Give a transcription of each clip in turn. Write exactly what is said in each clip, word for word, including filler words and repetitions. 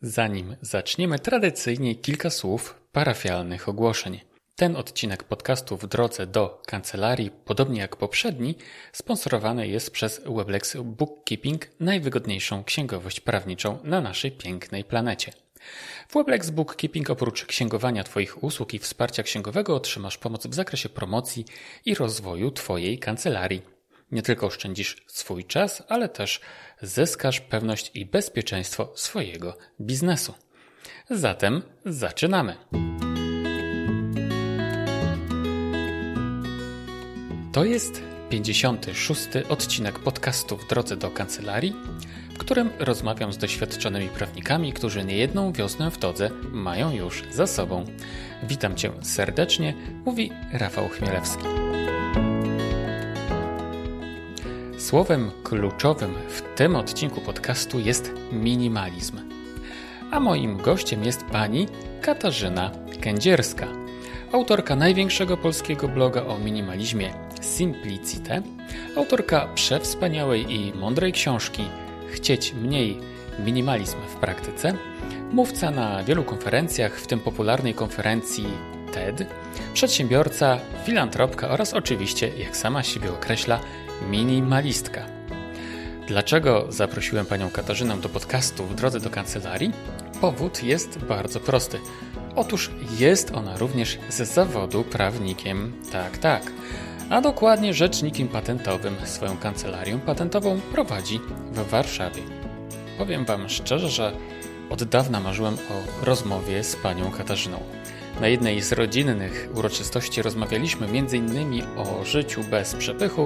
Zanim zaczniemy, tradycyjnie kilka słów parafialnych ogłoszeń. Ten odcinek podcastu w drodze do kancelarii, podobnie jak poprzedni, sponsorowany jest przez Weblex Bookkeeping, najwygodniejszą księgowość prawniczą na naszej pięknej planecie. W Weblex Bookkeeping oprócz księgowania Twoich usług i wsparcia księgowego otrzymasz pomoc w zakresie promocji i rozwoju Twojej kancelarii. Nie tylko oszczędzisz swój czas, ale też zyskasz pewność i bezpieczeństwo swojego biznesu. Zatem zaczynamy! To jest pięćdziesiąty szósty odcinek podcastu w drodze do kancelarii, w którym rozmawiam z doświadczonymi prawnikami, którzy niejedną wiosnę w todze mają już za sobą. Witam Cię serdecznie, mówi Rafał Chmielewski. Słowem kluczowym w tym odcinku podcastu jest minimalizm. A moim gościem jest pani Katarzyna Kędzierska, autorka największego polskiego bloga o minimalizmie Simplicite, autorka przewspaniałej i mądrej książki Chcieć mniej – minimalizm w praktyce, mówca na wielu konferencjach, w tym popularnej konferencji TED, przedsiębiorca, filantropka oraz oczywiście, jak sama siebie określa, minimalistka. Dlaczego zaprosiłem panią Katarzynę do podcastu w drodze do kancelarii? Powód jest bardzo prosty. Otóż jest ona również z zawodu prawnikiem. Tak, tak. A dokładnie rzecznikiem patentowym. Swoją kancelarię patentową prowadzi w Warszawie. Powiem wam szczerze, że od dawna marzyłem o rozmowie z panią Katarzyną. Na jednej z rodzinnych uroczystości rozmawialiśmy między innymi o życiu bez przepychu,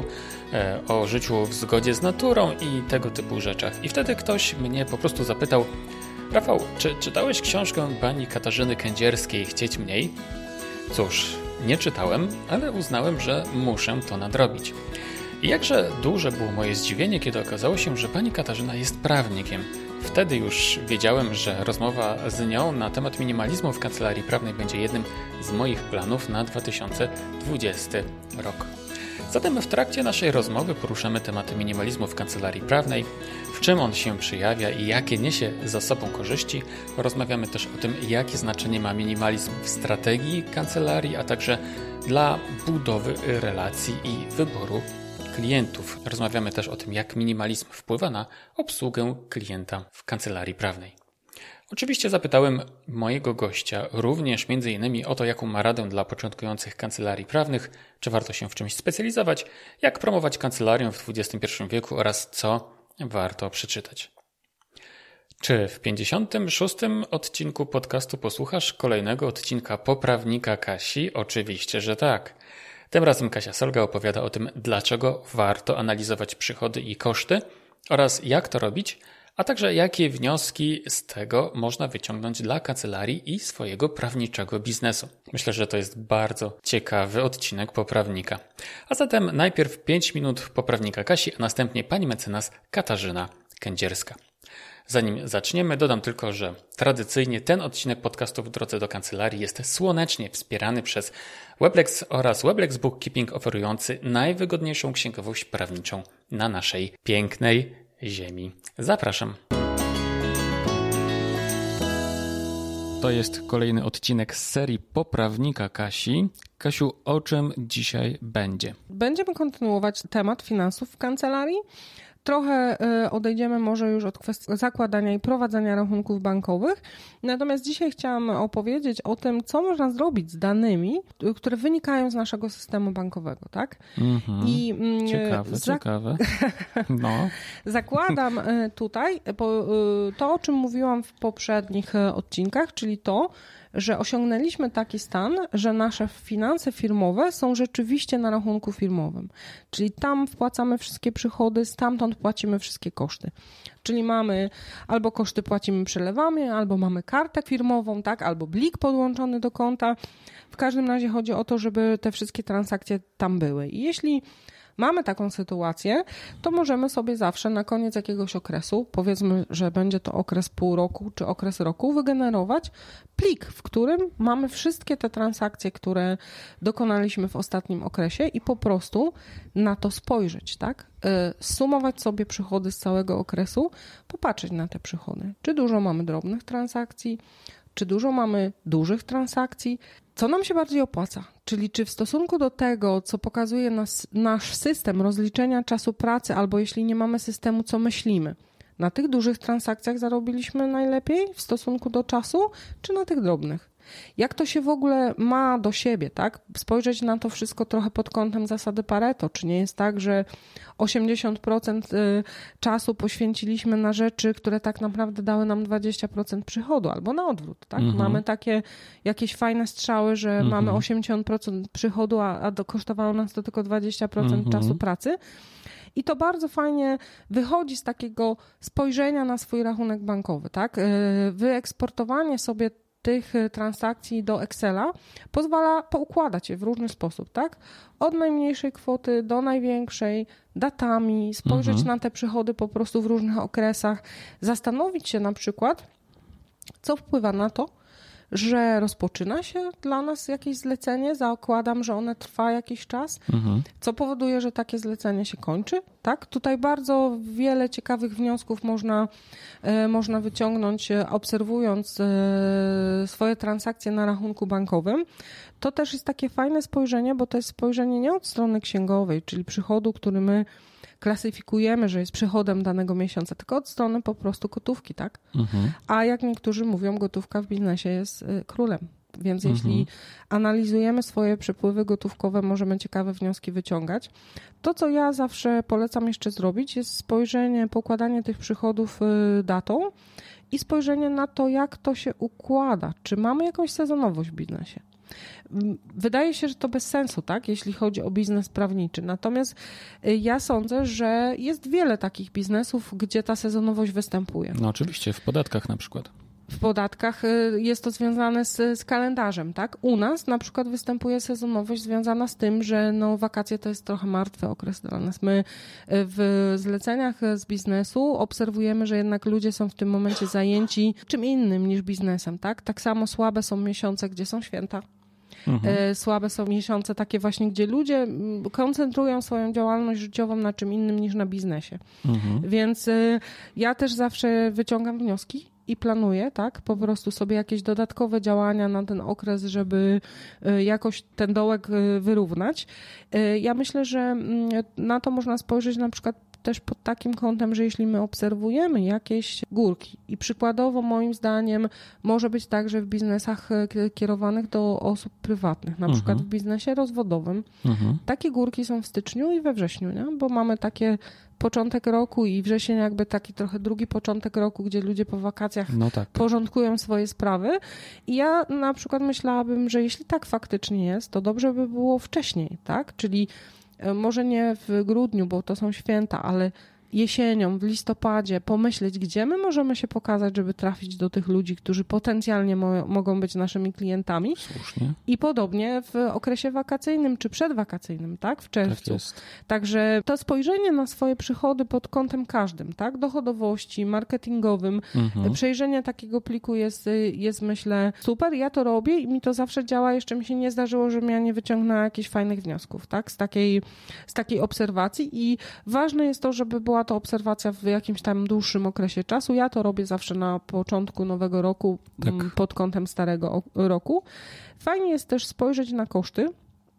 o życiu w zgodzie z naturą i tego typu rzeczach. I wtedy ktoś mnie po prostu zapytał: Rafał, czy czytałeś książkę pani Katarzyny Kędzierskiej Chcieć mniej? Cóż, nie czytałem, ale uznałem, że muszę to nadrobić. I jakże duże było moje zdziwienie, kiedy okazało się, że pani Katarzyna jest prawnikiem. Wtedy już wiedziałem, że rozmowa z nią na temat minimalizmu w kancelarii prawnej będzie jednym z moich planów na dwa tysiące dwudziesty rok. Zatem w trakcie naszej rozmowy poruszamy tematy minimalizmu w kancelarii prawnej, w czym on się przejawia i jakie niesie za sobą korzyści. Rozmawiamy też o tym, jakie znaczenie ma minimalizm w strategii kancelarii, a także dla budowy relacji i wyboru klientów. Rozmawiamy też o tym, jak minimalizm wpływa na obsługę klienta w kancelarii prawnej. Oczywiście zapytałem mojego gościa również między innymi o to, jaką ma radę dla początkujących kancelarii prawnych, czy warto się w czymś specjalizować, jak promować kancelarię w dwudziestym pierwszym wieku oraz co warto przeczytać. Czy w pięćdziesiątym szóstym odcinku podcastu posłuchasz kolejnego odcinka Poprawnika Kasi? Oczywiście, że tak. Tym razem Kasia Solga opowiada o tym, dlaczego warto analizować przychody i koszty oraz jak to robić, a także jakie wnioski z tego można wyciągnąć dla kancelarii i swojego prawniczego biznesu. Myślę, że to jest bardzo ciekawy odcinek Poprawnika. A zatem najpierw pięć minut Poprawnika Kasi, a następnie pani mecenas Katarzyna Kędzierska. Zanim zaczniemy, dodam tylko, że tradycyjnie ten odcinek podcastu w drodze do kancelarii jest słonecznie wspierany przez Weblex oraz Weblex Bookkeeping, oferujący najwygodniejszą księgowość prawniczą na naszej pięknej ziemi. Zapraszam. To jest kolejny odcinek z serii Poprawnika Kasi. Kasiu, o czym dzisiaj będzie? Będziemy kontynuować temat finansów w kancelarii. Trochę odejdziemy może już od kwestii zakładania i prowadzenia rachunków bankowych. Natomiast dzisiaj chciałam opowiedzieć o tym, co można zrobić z danymi, które wynikają z naszego systemu bankowego, tak? Mm-hmm. I ciekawe, za... ciekawe. No. Zakładam tutaj to, o czym mówiłam w poprzednich odcinkach, czyli to, że osiągnęliśmy taki stan, że nasze finanse firmowe są rzeczywiście na rachunku firmowym. Czyli tam wpłacamy wszystkie przychody, stamtąd płacimy wszystkie koszty. Czyli mamy albo koszty płacimy przelewami, albo mamy kartę firmową, tak, albo blik podłączony do konta. W każdym razie chodzi o to, żeby te wszystkie transakcje tam były. I jeśli mamy taką sytuację, to możemy sobie zawsze na koniec jakiegoś okresu, powiedzmy, że będzie to okres pół roku czy okres roku, wygenerować plik, w którym mamy wszystkie te transakcje, które dokonaliśmy w ostatnim okresie i po prostu na to spojrzeć, tak? Sumować sobie przychody z całego okresu, popatrzeć na te przychody. Czy dużo mamy drobnych transakcji, czy dużo mamy dużych transakcji, co nam się bardziej opłaca, czyli czy w stosunku do tego, co pokazuje nas, nasz system rozliczenia czasu pracy, albo jeśli nie mamy systemu, co myślimy, na tych dużych transakcjach zarobiliśmy najlepiej w stosunku do czasu, czy na tych drobnych? Jak to się w ogóle ma do siebie, tak? Spojrzeć na to wszystko trochę pod kątem zasady Pareto. Czy nie jest tak, że osiemdziesiąt procent czasu poświęciliśmy na rzeczy, które tak naprawdę dały nam dwadzieścia procent przychodu, albo na odwrót, tak? Mhm. Mamy takie jakieś fajne strzały, że mhm. mamy osiemdziesiąt procent przychodu, a, a kosztowało nas to tylko dwadzieścia procent mhm. czasu pracy. I to bardzo fajnie wychodzi z takiego spojrzenia na swój rachunek bankowy, tak? Wyeksportowanie sobie tych transakcji do Excela pozwala poukładać je w różny sposób, tak? Od najmniejszej kwoty do największej, datami, spojrzeć mhm. na te przychody po prostu w różnych okresach, zastanowić się na przykład, co wpływa na to, że rozpoczyna się dla nas jakieś zlecenie, zakładam, że one trwa jakiś czas, mhm. co powoduje, że takie zlecenie się kończy, tak? Tutaj bardzo wiele ciekawych wniosków można, e, można wyciągnąć, obserwując e, swoje transakcje na rachunku bankowym. To też jest takie fajne spojrzenie, bo to jest spojrzenie nie od strony księgowej, czyli przychodu, który my klasyfikujemy, że jest przychodem danego miesiąca, tylko od strony po prostu gotówki, tak? Mhm. A jak niektórzy mówią, gotówka w biznesie jest królem. Więc mhm. jeśli analizujemy swoje przepływy gotówkowe, możemy ciekawe wnioski wyciągać. To, co ja zawsze polecam jeszcze zrobić, jest spojrzenie, pokładanie tych przychodów datą i spojrzenie na to, jak to się układa. Czy mamy jakąś sezonowość w biznesie? Wydaje się, że to bez sensu, tak, jeśli chodzi o biznes prawniczy. Natomiast ja sądzę, że jest wiele takich biznesów, gdzie ta sezonowość występuje. No oczywiście, w podatkach na przykład. W podatkach jest to związane z, z kalendarzem, tak? U nas na przykład występuje sezonowość związana z tym, że no, wakacje to jest trochę martwy okres dla nas. My w zleceniach z biznesu obserwujemy, że jednak ludzie są w tym momencie zajęci czym innym niż biznesem, tak? Tak samo słabe są miesiące, gdzie są święta. Mhm. Słabe są miesiące takie właśnie, gdzie ludzie koncentrują swoją działalność życiową na czym innym niż na biznesie. Mhm. Więc ja też zawsze wyciągam wnioski i planuję, tak, po prostu sobie jakieś dodatkowe działania na ten okres, żeby jakoś ten dołek wyrównać. Ja myślę, że na to można spojrzeć na przykład też pod takim kątem, że jeśli my obserwujemy jakieś górki i przykładowo moim zdaniem może być tak, że w biznesach kierowanych do osób prywatnych, na mhm. przykład w biznesie rozwodowym, mhm. takie górki są w styczniu i we wrześniu, nie? Bo mamy takie początek roku i wrzesień jakby taki trochę drugi początek roku, gdzie ludzie po wakacjach no tak. porządkują swoje sprawy i ja na przykład myślałabym, że jeśli tak faktycznie jest, to dobrze by było wcześniej, tak? Czyli może nie w grudniu, bo to są święta, ale jesienią, w listopadzie pomyśleć, gdzie my możemy się pokazać, żeby trafić do tych ludzi, którzy potencjalnie mo- mogą być naszymi klientami. Słusznie. I podobnie w okresie wakacyjnym czy przedwakacyjnym, tak? W czerwcu. Tak jest. Także to spojrzenie na swoje przychody pod kątem każdym, tak? Dochodowości, marketingowym, mhm. przejrzenie takiego pliku jest, jest myślę super. Ja to robię i mi to zawsze działa. Jeszcze mi się nie zdarzyło, żebym ja nie wyciągnęła jakichś fajnych wniosków, tak? Z takiej, z takiej obserwacji i ważne jest to, żeby była to obserwacja w jakimś tam dłuższym okresie czasu. Ja to robię zawsze na początku nowego roku tak. pod kątem starego roku. Fajnie jest też spojrzeć na koszty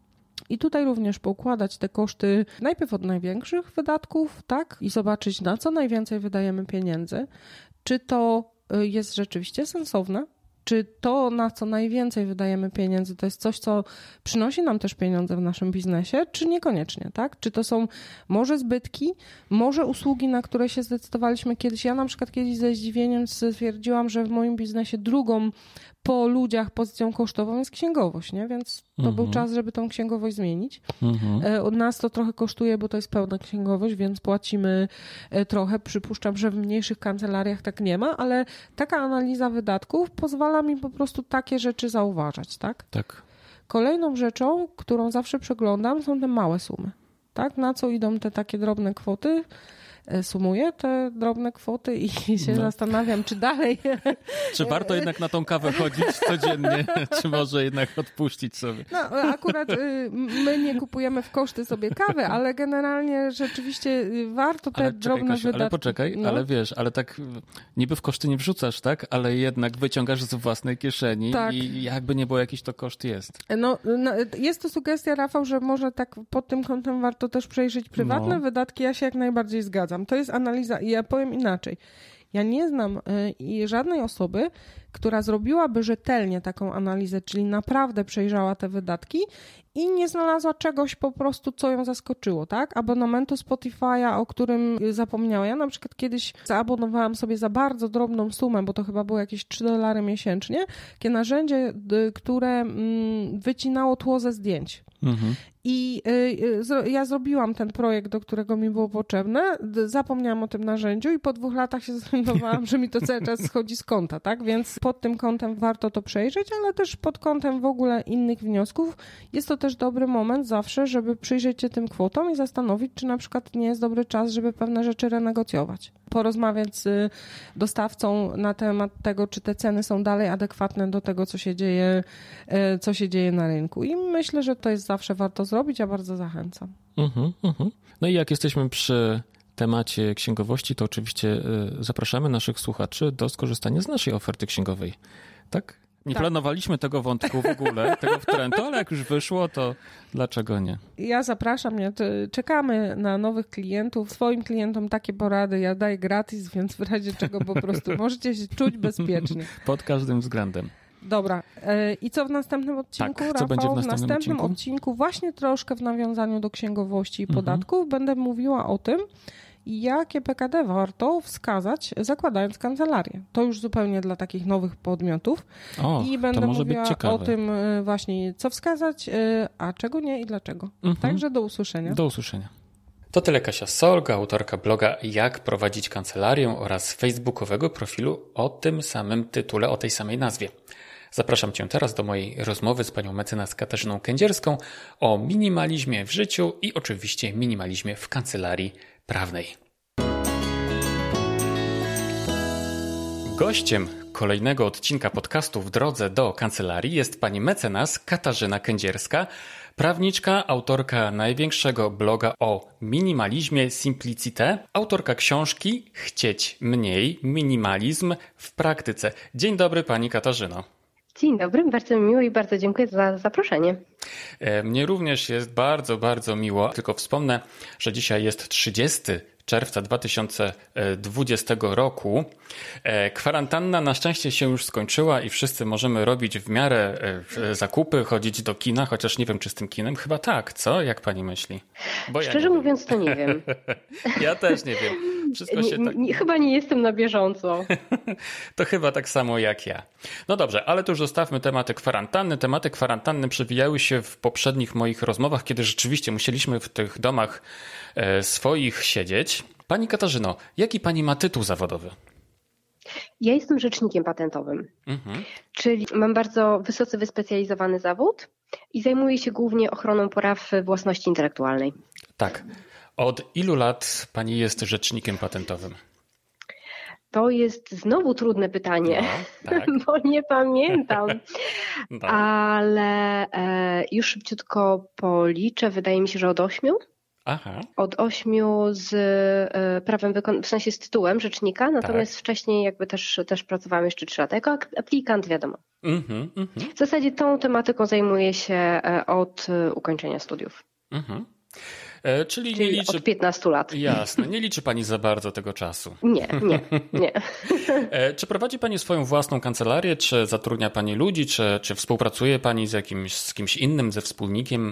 i tutaj również poukładać te koszty najpierw od największych wydatków, tak? I zobaczyć, na co najwięcej wydajemy pieniędzy. Czy to jest rzeczywiście sensowne? Czy to, na co najwięcej wydajemy pieniędzy, to jest coś, co przynosi nam też pieniądze w naszym biznesie, czy niekoniecznie, tak? Czy to są może zbytki, może usługi, na które się zdecydowaliśmy kiedyś. Ja na przykład kiedyś ze zdziwieniem stwierdziłam, że w moim biznesie drugą po ludziach pozycją kosztową jest księgowość, nie? Więc to mhm. był czas, żeby tą księgowość zmienić. Mhm. Od nas to trochę kosztuje, bo to jest pełna księgowość, więc płacimy trochę. Przypuszczam, że w mniejszych kancelariach tak nie ma, ale taka analiza wydatków pozwala mi po prostu takie rzeczy zauważać, tak? Tak. Kolejną rzeczą, którą zawsze przeglądam, są te małe sumy. tak? Na co idą te takie drobne kwoty? Sumuję te drobne kwoty i się no. zastanawiam, czy dalej... Czy warto jednak na tą kawę chodzić codziennie, czy może jednak odpuścić sobie? No akurat my nie kupujemy w koszty sobie kawy, ale generalnie rzeczywiście warto te ale drobne czekaj, Kasiu, wydatki... Ale poczekaj, no. ale wiesz, ale tak niby w koszty nie wrzucasz, tak? Ale jednak wyciągasz z własnej kieszeni tak. i jakby nie było, jakiś to koszt jest. No, no jest to sugestia, Rafał, że może tak pod tym kątem warto też przejrzeć prywatne no. wydatki. Ja się jak najbardziej zgadzam. To jest analiza i ja powiem inaczej. Ja nie znam y, żadnej osoby, która zrobiłaby rzetelnie taką analizę, czyli naprawdę przejrzała te wydatki i nie znalazła czegoś po prostu, co ją zaskoczyło, tak? Abonamentu Spotify'a, o którym zapomniała. Ja na przykład kiedyś zaabonowałam sobie za bardzo drobną sumę, bo to chyba było jakieś trzy dolary miesięcznie, takie narzędzie, które mm, wycinało tło ze zdjęć. Mhm. I y, ja zrobiłam ten projekt, do którego mi było potrzebne, zapomniałam o tym narzędziu i po dwóch latach się zorientowałam, że mi to cały czas schodzi z konta, tak? Więc pod tym kątem warto to przejrzeć, ale też pod kątem w ogóle innych wniosków jest to też dobry moment zawsze, żeby przyjrzeć się tym kwotom i zastanowić, czy na przykład nie jest dobry czas, żeby pewne rzeczy renegocjować. Porozmawiać z dostawcą na temat tego, czy te ceny są dalej adekwatne do tego, co się dzieje, co się dzieje na rynku. I myślę, że to jest zawsze warto zrobić, ja bardzo zachęcam. Uh-huh, uh-huh. No i jak jesteśmy przy temacie księgowości, to oczywiście zapraszamy naszych słuchaczy do skorzystania z naszej oferty księgowej. Tak? Nie tak. planowaliśmy tego wątku w ogóle, tego wtrętu, ale jak już wyszło, to dlaczego nie? Ja zapraszam, ja czekamy na nowych klientów. Swoim klientom takie porady ja daję gratis, więc w razie czego po prostu możecie się czuć bezpiecznie. Pod każdym względem. Dobra. I co w następnym odcinku, tak, Rafał? Co będzie w następnym, w następnym odcinku? odcinku właśnie troszkę w nawiązaniu do księgowości i podatków mhm. będę mówiła o tym, jakie P K D warto wskazać, zakładając kancelarię. To już zupełnie dla takich nowych podmiotów. O, I będę to może mówiła być ciekawe. o tym właśnie, co wskazać, a czego nie i dlaczego. Mhm. Także do usłyszenia. Do usłyszenia. To tyle Kasia Solga, autorka bloga Jak prowadzić kancelarię oraz facebookowego profilu o tym samym tytule, o tej samej nazwie. Zapraszam Cię teraz do mojej rozmowy z panią mecenas Katarzyną Kędzierską o minimalizmie w życiu i oczywiście minimalizmie w kancelarii prawnej. Gościem kolejnego odcinka podcastu W drodze do kancelarii jest pani mecenas Katarzyna Kędzierska, prawniczka, autorka największego bloga o minimalizmie Simplicite, autorka książki Chcieć mniej, minimalizm w praktyce. Dzień dobry pani Katarzyno. Dzień dobry, bardzo mi miło i bardzo dziękuję za zaproszenie. Mnie również jest bardzo, bardzo miło. Tylko wspomnę, że dzisiaj jest trzydziestego czerwca dwa tysiące dwudziestego roku. Kwarantanna na szczęście się już skończyła i wszyscy możemy robić w miarę zakupy, chodzić do kina, chociaż nie wiem, czy z tym kinem. Chyba tak, co? Jak pani myśli? Bo Szczerze ja mówiąc, to nie wiem. Ja też nie wiem. Wszystko się tak... nie, chyba nie jestem na bieżąco. To chyba tak samo jak ja. No dobrze, ale to już zostawmy tematy kwarantanny. Tematy kwarantanny przewijały się w poprzednich moich rozmowach, kiedy rzeczywiście musieliśmy w tych domach e, swoich siedzieć. Pani Katarzyno, jaki pani ma tytuł zawodowy? Ja jestem rzecznikiem patentowym, mhm. czyli mam bardzo wysoce wyspecjalizowany zawód i zajmuję się głównie ochroną praw własności intelektualnej. Tak. Od ilu lat pani jest rzecznikiem patentowym? To jest znowu trudne pytanie, no, tak. bo nie pamiętam, no. ale e, już szybciutko policzę, wydaje mi się, że od ośmiu. Aha. Od ośmiu z e, prawem wykon- w sensie z tytułem rzecznika, natomiast tak. wcześniej jakby też, też pracowałam jeszcze trzy lata jako aplikant, wiadomo. Mm-hmm, mm-hmm. W zasadzie tą tematyką zajmuję się e, od e, ukończenia studiów. Mm-hmm. E, czyli, czyli nie liczy... od piętnastu lat. Jasne, nie liczy pani za bardzo tego czasu. Nie, nie, nie. E, czy prowadzi pani swoją własną kancelarię, czy zatrudnia pani ludzi, czy, czy współpracuje pani z jakimś z kimś innym, ze wspólnikiem?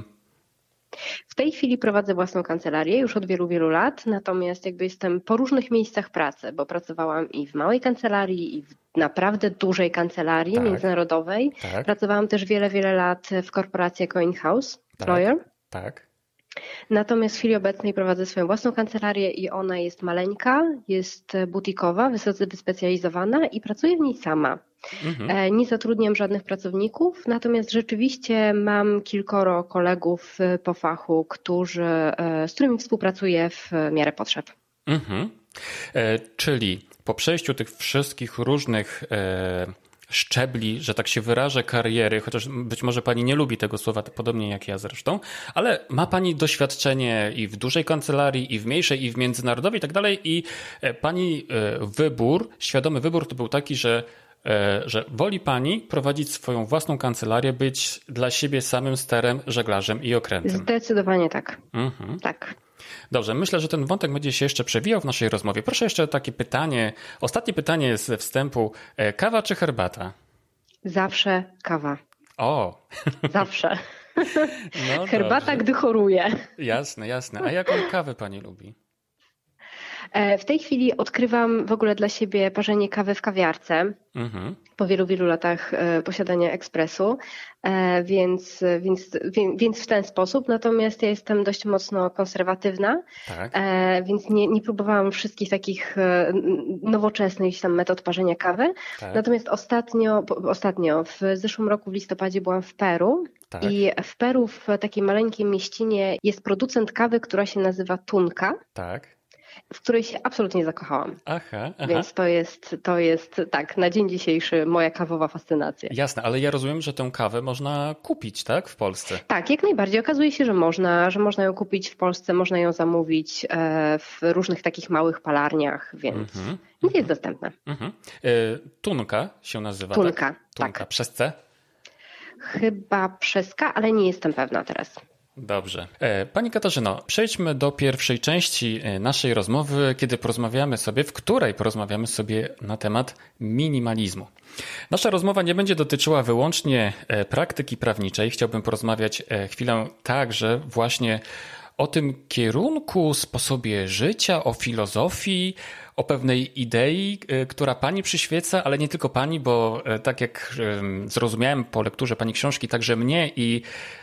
W tej chwili prowadzę własną kancelarię już od wielu, wielu lat, natomiast jakby jestem po różnych miejscach pracy, bo pracowałam i w małej kancelarii, i w naprawdę dużej kancelarii tak. międzynarodowej. Tak. Pracowałam też wiele, wiele lat w korporacji jako in-house tak. lawyer. Tak. Natomiast w chwili obecnej prowadzę swoją własną kancelarię i ona jest maleńka, jest butikowa, wysoce wyspecjalizowana i pracuję w niej sama. Mhm. Nie zatrudniam żadnych pracowników, natomiast rzeczywiście mam kilkoro kolegów po fachu, którzy, z którymi współpracuję w miarę potrzeb. Mhm. E, czyli po przejściu tych wszystkich różnych e, szczebli, że tak się wyrażę, kariery, chociaż być może pani nie lubi tego słowa, podobnie jak ja zresztą, ale ma pani doświadczenie i w dużej kancelarii, i w mniejszej, i w międzynarodowej i tak dalej i pani wybór, świadomy wybór to był taki, że że woli pani prowadzić swoją własną kancelarię, być dla siebie samym sterem, żeglarzem i okrętem. Zdecydowanie tak. Mhm. Tak. Dobrze, myślę, że ten wątek będzie się jeszcze przewijał w naszej rozmowie. Proszę jeszcze takie pytanie, ostatnie pytanie ze wstępu. Kawa czy herbata? Zawsze kawa. O! Zawsze. No herbata, dobrze. Gdy choruję. Jasne, jasne. A jaką kawę pani lubi? W tej chwili odkrywam w ogóle dla siebie parzenie kawy w kawiarce. Mhm. Po wielu, wielu latach posiadania ekspresu, więc, więc, więc w ten sposób. Natomiast ja jestem dość mocno konserwatywna, tak. Więc nie, nie próbowałam wszystkich takich nowoczesnych tam metod parzenia kawy. Tak. Natomiast ostatnio, ostatnio, w zeszłym roku w listopadzie byłam w Peru. Tak. I w Peru w takiej maleńkiej mieścinie jest producent kawy, która się nazywa Tunka. Tak. W której się absolutnie zakochałam. Aha, aha. Więc to jest, to jest tak, na dzień dzisiejszy moja kawowa fascynacja. Jasne, ale ja rozumiem, że tę kawę można kupić, tak, w Polsce? Tak, jak najbardziej. Okazuje się, że można, że można ją kupić w Polsce, można ją zamówić w różnych takich małych palarniach, więc mhm, jest mhm. dostępna. Mhm. Tunka się nazywa, Tunka, tak? Tunka, tak. Przez C? Chyba przez K, ale nie jestem pewna teraz. Dobrze. Pani Katarzyno, przejdźmy do pierwszej części naszej rozmowy, kiedy porozmawiamy sobie, w której porozmawiamy sobie na temat minimalizmu. Nasza rozmowa nie będzie dotyczyła wyłącznie praktyki prawniczej. Chciałbym porozmawiać chwilę także właśnie o tym kierunku, sposobie życia, o filozofii, o pewnej idei, która pani przyświeca, ale nie tylko pani, bo tak jak zrozumiałem po lekturze pani książki, także mnie i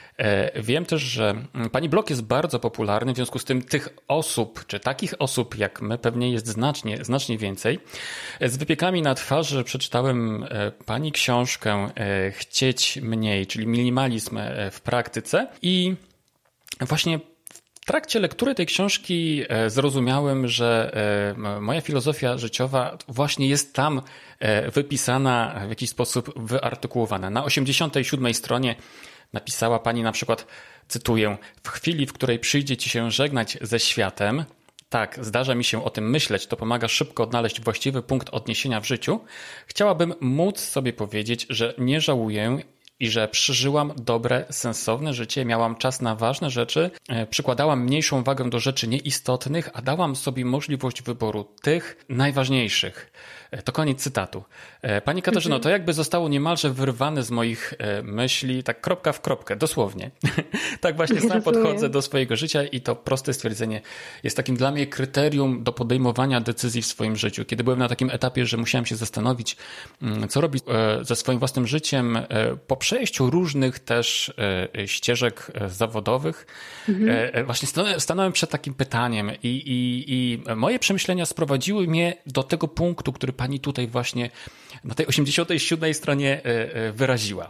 wiem też, że pani blog jest bardzo popularny, w związku z tym tych osób, czy takich osób jak my pewnie jest znacznie, znacznie więcej. Z wypiekami na twarzy przeczytałem pani książkę Chcieć mniej, czyli minimalizm w praktyce i właśnie w trakcie lektury tej książki zrozumiałem, że moja filozofia życiowa właśnie jest tam wypisana, w jakiś sposób wyartykułowana. Na osiemdziesiątej siódmej stronie napisała pani na przykład, cytuję, w chwili, w której przyjdzie ci się żegnać ze światem, tak, zdarza mi się o tym myśleć, to pomaga szybko odnaleźć właściwy punkt odniesienia w życiu, chciałabym móc sobie powiedzieć, że nie żałuję i że przeżyłam dobre, sensowne życie, miałam czas na ważne rzeczy, przykładałam mniejszą wagę do rzeczy nieistotnych, a dałam sobie możliwość wyboru tych najważniejszych. To koniec cytatu. Pani Katarzyno, to jakby zostało niemalże wyrwane z moich myśli, tak kropka w kropkę, dosłownie. Tak właśnie sam podchodzę do swojego życia i to proste stwierdzenie jest takim dla mnie kryterium do podejmowania decyzji w swoim życiu. Kiedy byłem na takim etapie, że musiałem się zastanowić, co robić ze swoim własnym życiem po przejściu różnych też ścieżek zawodowych, mhm. właśnie stanąłem przed takim pytaniem i, i, i moje przemyślenia sprowadziły mnie do tego punktu, który pani tutaj właśnie na tej osiemdziesiątej siódmej stronie wyraziła.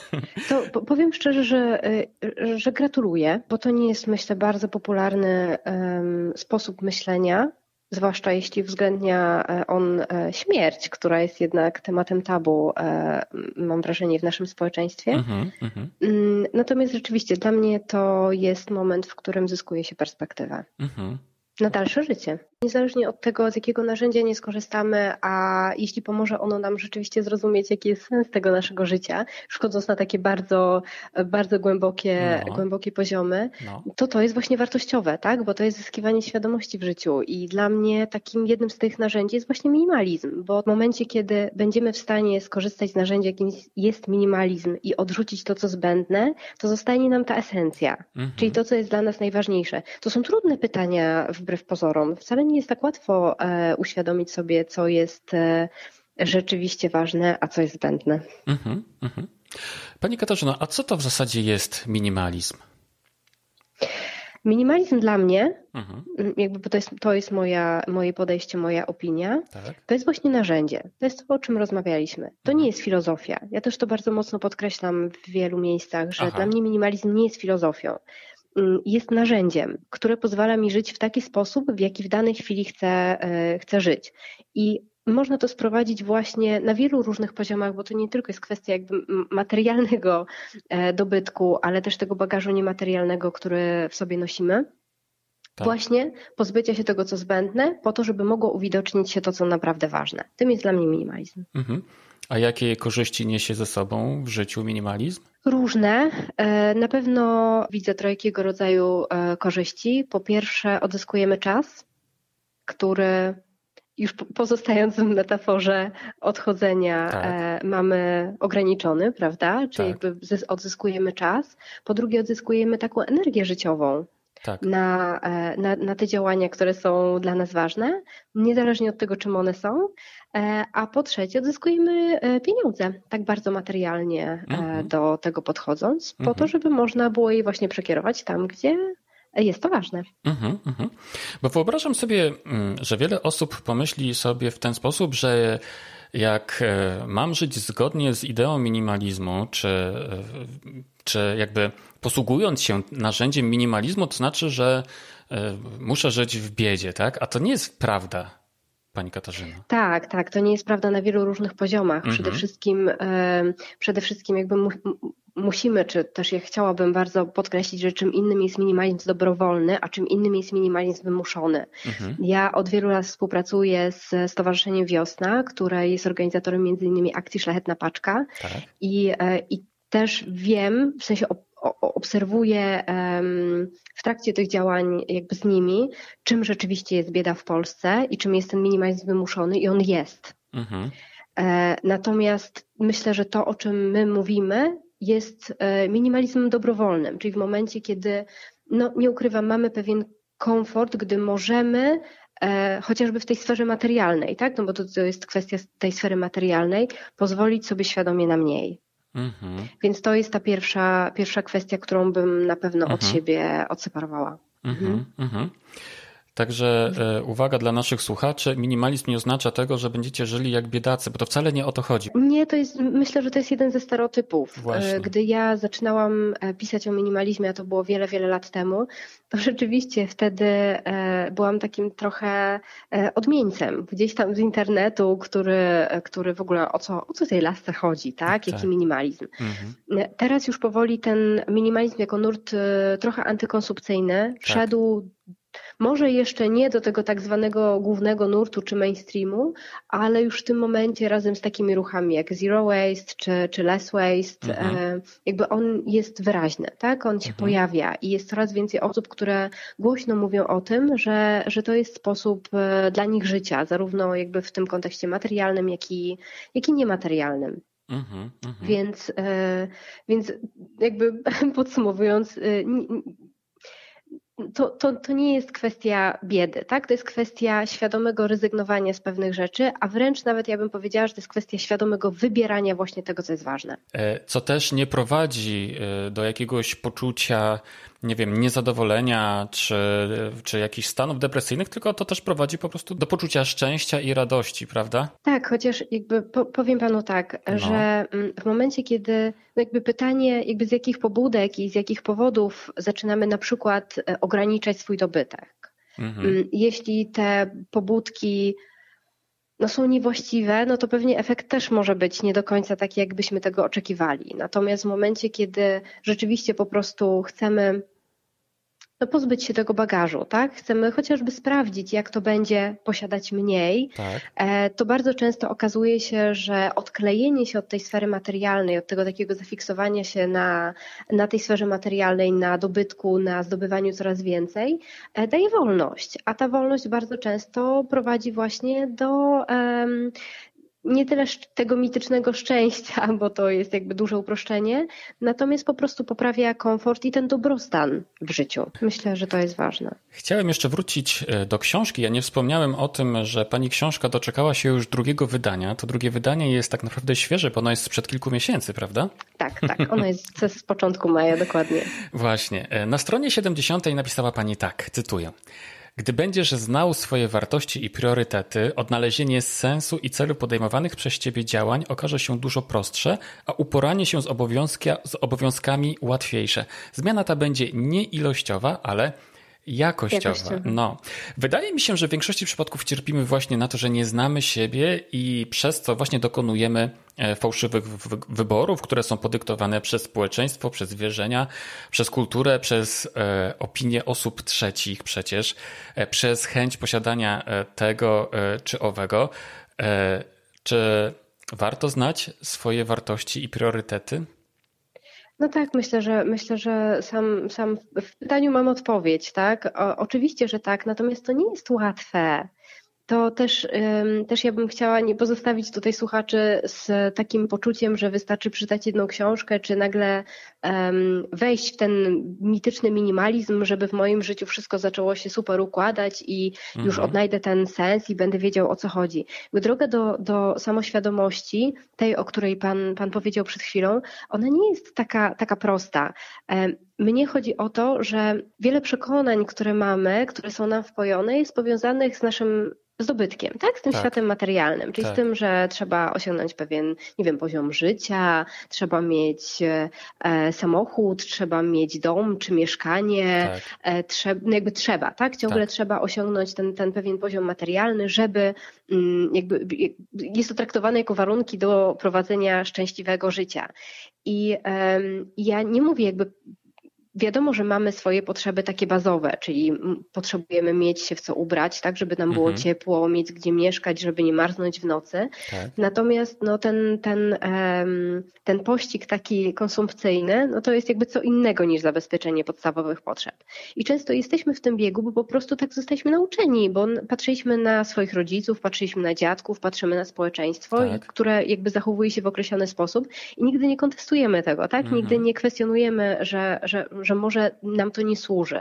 To powiem szczerze, że, że gratuluję, bo to nie jest, myślę, bardzo popularny um, sposób myślenia, zwłaszcza jeśli uwzględnia on śmierć, która jest jednak tematem tabu, mam wrażenie, w naszym społeczeństwie. Mm-hmm, mm-hmm. Natomiast rzeczywiście dla mnie to jest moment, w którym zyskuje się perspektywę. Mm-hmm. Na dalsze życie. Niezależnie od tego, z jakiego narzędzia nie skorzystamy, a jeśli pomoże ono nam rzeczywiście zrozumieć, jaki jest sens tego naszego życia, wchodząc na takie bardzo, bardzo głębokie, no. głębokie poziomy, no. to to jest właśnie wartościowe, tak? Bo to jest zyskiwanie świadomości w życiu i dla mnie takim jednym z tych narzędzi jest właśnie minimalizm, bo w momencie, kiedy będziemy w stanie skorzystać z narzędzia, jakim jest minimalizm i odrzucić to, co zbędne, to zostanie nam ta esencja, mhm. czyli to, co jest dla nas najważniejsze. To są trudne pytania wbrew pozorom. Wcale nie jest tak łatwo e, uświadomić sobie, co jest e, rzeczywiście ważne, a co jest zbędne. Mm-hmm, mm-hmm. Pani Katarzyno, a co to w zasadzie jest minimalizm? Minimalizm dla mnie, mhm. jakby to jest, to jest moja, moje podejście, moja opinia, tak. To jest właśnie narzędzie. To jest to, o czym rozmawialiśmy. To mhm. nie jest filozofia. Ja też to bardzo mocno podkreślam w wielu miejscach, że Aha. dla mnie minimalizm nie jest filozofią. Jest narzędziem, które pozwala mi żyć w taki sposób, w jaki w danej chwili chcę, chcę żyć. I można to sprowadzić właśnie na wielu różnych poziomach, bo to nie tylko jest kwestia jakby materialnego dobytku, ale też tego bagażu niematerialnego, który w sobie nosimy. Tak. Właśnie pozbycia się tego, co zbędne, po to, żeby mogło uwidocznić się to, co naprawdę ważne. Tym jest dla mnie minimalizm. Mhm. A jakie korzyści niesie ze sobą w życiu minimalizm? Różne. Na pewno widzę trojakiego rodzaju korzyści. Po pierwsze, odzyskujemy czas, który już pozostając w metaforze odchodzenia tak. mamy ograniczony, prawda? Czyli tak. jakby odzyskujemy czas. Po drugie, odzyskujemy taką energię życiową. Tak. Na, na, na te działania, które są dla nas ważne, niezależnie od tego, czym one są. A po trzecie, odzyskujemy pieniądze, tak bardzo materialnie mm-hmm. do tego podchodząc, mm-hmm. po to, żeby można było je właśnie przekierować tam, gdzie jest to ważne. Mm-hmm, mm-hmm. Bo wyobrażam sobie, że wiele osób pomyśli sobie w ten sposób, że jak mam żyć zgodnie z ideą minimalizmu, czy, czy jakby posługując się narzędziem minimalizmu, to znaczy, że muszę żyć w biedzie, tak? A to nie jest prawda, pani Katarzyna. Tak, tak. To nie jest prawda na wielu różnych poziomach. Mhm. Przede wszystkim, przede wszystkim jakby mu, musimy, czy też ja chciałabym bardzo podkreślić, że czym innym jest minimalizm dobrowolny, a czym innym jest minimalizm wymuszony. Mhm. Ja od wielu lat współpracuję z Stowarzyszeniem Wiosna, które jest organizatorem między innymi akcji Szlachetna Paczka tak. i, i też wiem, w sensie obserwuję w trakcie tych działań jakby z nimi, czym rzeczywiście jest bieda w Polsce i czym jest ten minimalizm wymuszony i on jest. Mhm. Natomiast myślę, że to, o czym my mówimy, jest minimalizmem dobrowolnym, czyli w momencie, kiedy, no nie ukrywam, mamy pewien komfort, gdy możemy chociażby w tej sferze materialnej, tak? No bo to, to jest kwestia tej sfery materialnej, pozwolić sobie świadomie na mniej. Mhm. Więc to jest ta pierwsza, pierwsza kwestia, którą bym na pewno mhm. od siebie odseparowała. Mhm. Mhm. Także e, uwaga dla naszych słuchaczy, minimalizm nie oznacza tego, że będziecie żyli jak biedacy, bo to wcale nie o to chodzi. Nie, to jest, myślę, że to jest jeden ze stereotypów. Właśnie. Gdy ja zaczynałam pisać o minimalizmie, a to było wiele, wiele lat temu, to rzeczywiście wtedy e, byłam takim trochę e, odmieńcem gdzieś tam z internetu, który, który w ogóle o co, o co tej lasce chodzi, tak? tak. Jaki minimalizm. Mhm. Teraz już powoli ten minimalizm jako nurt e, trochę antykonsumpcyjny tak. wszedł może jeszcze nie do tego tak zwanego głównego nurtu czy mainstreamu, ale już w tym momencie razem z takimi ruchami jak Zero Waste czy, czy Less Waste, mhm. e, jakby on jest wyraźny, tak? On się mhm. pojawia i jest coraz więcej osób, które głośno mówią o tym, że, że to jest sposób dla nich życia, zarówno jakby w tym kontekście materialnym, jak i, jak i niematerialnym. Mhm, mhm. Więc, e, więc jakby podsumowując, e, To, to, to nie jest kwestia biedy, tak? To jest kwestia świadomego rezygnowania z pewnych rzeczy, a wręcz nawet ja bym powiedziała, że to jest kwestia świadomego wybierania właśnie tego, co jest ważne. Co też nie prowadzi do jakiegoś poczucia, nie wiem, niezadowolenia czy, czy jakichś stanów depresyjnych, tylko to też prowadzi po prostu do poczucia szczęścia i radości, prawda? Tak, chociaż jakby po, powiem panu tak, no. że w momencie, kiedy no jakby pytanie, jakby z jakich pobudek i z jakich powodów zaczynamy na przykład ograniczać swój dobytek. Mhm. Jeśli te pobudki no są niewłaściwe, no to pewnie efekt też może być nie do końca taki, jakbyśmy tego oczekiwali. Natomiast w momencie, kiedy rzeczywiście po prostu chcemy no pozbyć się tego bagażu, tak? Chcemy chociażby sprawdzić, jak to będzie posiadać mniej, tak. to bardzo często okazuje się, że odklejenie się od tej sfery materialnej, od tego takiego zafiksowania się na, na tej sferze materialnej, na dobytku, na zdobywaniu coraz więcej, daje wolność, a ta wolność bardzo często prowadzi właśnie do um, nie tyle tego mitycznego szczęścia, bo to jest jakby duże uproszczenie, natomiast po prostu poprawia komfort i ten dobrostan w życiu. Myślę, że to jest ważne. Chciałem jeszcze wrócić do książki. Ja nie wspomniałem o tym, że pani książka doczekała się już drugiego wydania. To drugie wydanie jest tak naprawdę świeże, bo ono jest sprzed kilku miesięcy, prawda? Tak, tak. Ono jest z początku maja, dokładnie. Właśnie. Na stronie siedemdziesiątej napisała pani tak, cytuję. Gdy będziesz znał swoje wartości i priorytety, odnalezienie sensu i celu podejmowanych przez ciebie działań okaże się dużo prostsze, a uporanie się z, obowiązki, z obowiązkami łatwiejsze. Zmiana ta będzie nie ilościowa, ale jakościowa. Jakościowa. No. Wydaje mi się, że w większości przypadków cierpimy właśnie na to, że nie znamy siebie i przez co właśnie dokonujemy fałszywych wyborów, które są podyktowane przez społeczeństwo, przez wierzenia, przez kulturę, przez e, opinie osób trzecich przecież, e, przez chęć posiadania tego e, czy owego. E, czy warto znać swoje wartości i priorytety? No tak, myślę, że myślę, że sam, sam w pytaniu mam odpowiedź, tak? O, oczywiście, że tak, natomiast to nie jest łatwe. To też, też ja bym chciała nie pozostawić tutaj słuchaczy z takim poczuciem, że wystarczy przeczytać jedną książkę, czy nagle wejść w ten mityczny minimalizm, żeby w moim życiu wszystko zaczęło się super układać i mhm. już odnajdę ten sens i będę wiedział, o co chodzi. Droga do, do samoświadomości, tej, o której pan, pan powiedział przed chwilą, ona nie jest taka, taka prosta. Mnie chodzi o to, że wiele przekonań, które mamy, które są nam wpojone, jest powiązanych z naszym zdobytkiem, tak? Z tym tak. światem materialnym, czyli tak. z tym, że trzeba osiągnąć pewien, nie wiem, poziom życia, trzeba mieć e, samochód, trzeba mieć dom czy mieszkanie, tak. e, trzeba, no jakby trzeba, tak? Ciągle tak. trzeba osiągnąć ten, ten pewien poziom materialny, żeby mm, jakby jest to traktowane jako warunki do prowadzenia szczęśliwego życia. I e, ja nie mówię jakby wiadomo, że mamy swoje potrzeby takie bazowe, czyli potrzebujemy mieć się w co ubrać, tak, żeby nam było mhm. ciepło, mieć gdzie mieszkać, żeby nie marznąć w nocy. Tak. Natomiast no, ten, ten, ten pościg taki konsumpcyjny, no to jest jakby co innego niż zabezpieczenie podstawowych potrzeb. I często jesteśmy w tym biegu, bo po prostu tak zostaliśmy nauczeni, bo patrzyliśmy na swoich rodziców, patrzyliśmy na dziadków, patrzymy na społeczeństwo, tak. które jakby zachowuje się w określony sposób i nigdy nie kontestujemy tego, tak? Mhm. Nigdy nie kwestionujemy, że, że że może nam to nie służy.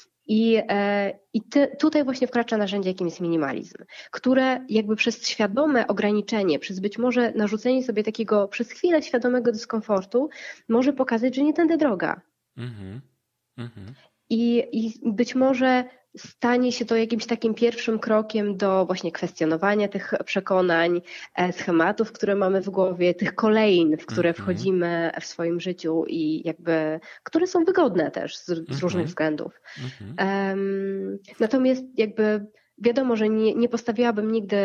I, e, i ty, tutaj właśnie wkracza narzędzie, jakim jest minimalizm, które jakby przez świadome ograniczenie, przez być może narzucenie sobie takiego przez chwilę świadomego dyskomfortu może pokazać, że nie tędy droga. Mm-hmm. Mm-hmm. I, I być może stanie się to jakimś takim pierwszym krokiem do właśnie kwestionowania tych przekonań, schematów, które mamy w głowie, tych kolejn, w które mm-hmm. wchodzimy w swoim życiu i jakby, które są wygodne też z, z różnych mm-hmm. względów. Mm-hmm. Um, natomiast jakby wiadomo, że nie, nie postawiłabym nigdy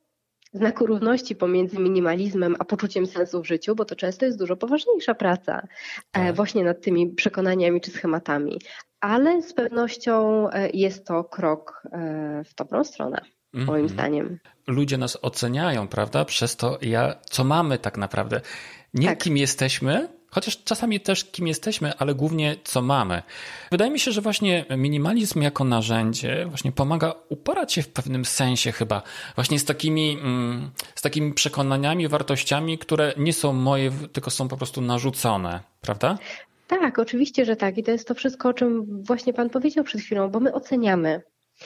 znaku równości pomiędzy minimalizmem a poczuciem sensu w życiu, bo to często jest dużo poważniejsza praca tak. właśnie nad tymi przekonaniami czy schematami. Ale z pewnością jest to krok w dobrą stronę, mm-hmm. moim zdaniem. Ludzie nas oceniają, prawda? Przez to, ja, co mamy tak naprawdę. Nie tak. kim jesteśmy, chociaż czasami też kim jesteśmy, ale głównie co mamy. Wydaje mi się, że właśnie minimalizm jako narzędzie właśnie pomaga uporać się w pewnym sensie chyba właśnie z takimi, z takimi przekonaniami, wartościami, które nie są moje, tylko są po prostu narzucone, prawda? Tak, oczywiście, że tak. I to jest to wszystko, o czym właśnie pan powiedział przed chwilą, bo my oceniamy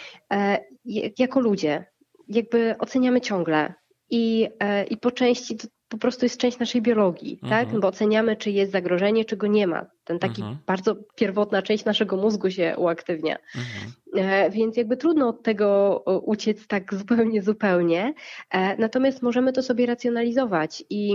e, jako ludzie. Jakby oceniamy ciągle i, e, i po części to po prostu jest część naszej biologii, mhm. tak? Bo oceniamy, czy jest zagrożenie, czy go nie ma. Ten taki mhm. bardzo pierwotna część naszego mózgu się uaktywnia. Mhm. E, więc jakby trudno od tego uciec tak zupełnie, zupełnie. E, natomiast możemy to sobie racjonalizować i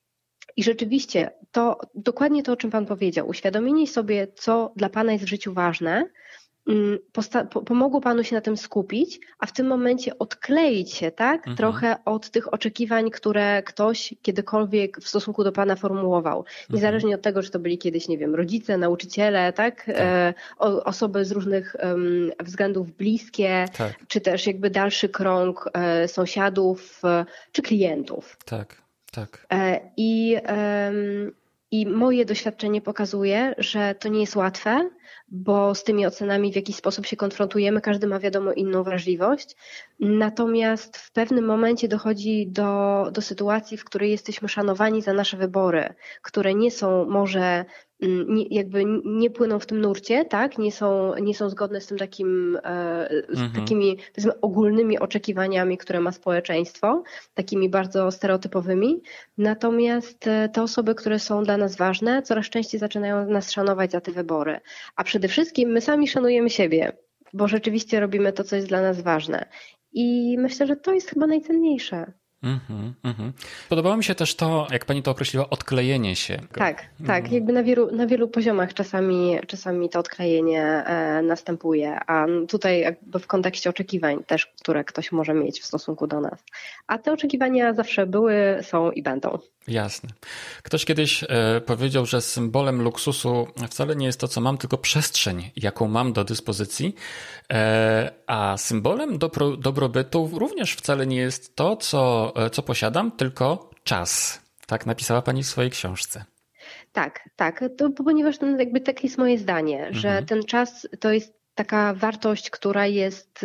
I rzeczywiście to dokładnie to, o czym pan powiedział, uświadomienie sobie, co dla pana jest w życiu ważne, posta- pomogło panu się na tym skupić, a w tym momencie odkleić się, tak, mhm. trochę od tych oczekiwań, które ktoś kiedykolwiek w stosunku do pana formułował. Niezależnie mhm. od tego, czy to byli kiedyś, nie wiem, rodzice, nauczyciele, tak, tak. E, o, osoby z różnych um, względów bliskie, tak. czy też jakby dalszy krąg e, sąsiadów e, czy klientów. Tak. Tak. I, I moje doświadczenie pokazuje, że to nie jest łatwe, bo z tymi ocenami w jakiś sposób się konfrontujemy, każdy ma wiadomo inną wrażliwość, natomiast w pewnym momencie dochodzi do, do sytuacji, w której jesteśmy szanowani za nasze wybory, które nie są może Nie, jakby nie płyną w tym nurcie, tak? Nie są, nie są zgodne z tym takim, z mhm. takimi powiedzmy, ogólnymi oczekiwaniami, które ma społeczeństwo, takimi bardzo stereotypowymi. Natomiast te osoby, które są dla nas ważne, coraz częściej zaczynają nas szanować za te wybory. A przede wszystkim my sami szanujemy siebie, bo rzeczywiście robimy to, co jest dla nas ważne. I myślę, że to jest chyba najcenniejsze. Mm-hmm, mm-hmm. Podobało mi się też to, jak pani to określiła, odklejenie się. Tak, tak. Mm. Jakby na wielu, na wielu poziomach czasami, czasami to odklejenie e, następuje, a tutaj jakby w kontekście oczekiwań też, które ktoś może mieć w stosunku do nas. A te oczekiwania zawsze były, są i będą. Jasne. Ktoś kiedyś e, powiedział, że symbolem luksusu wcale nie jest to, co mam, tylko przestrzeń, jaką mam do dyspozycji, e, a symbolem dobro, dobrobytu również wcale nie jest to, co co posiadam, tylko czas. Tak napisała pani w swojej książce. Tak, tak. To, ponieważ to jakby takie jest moje zdanie, mhm. że ten czas to jest taka wartość, która jest,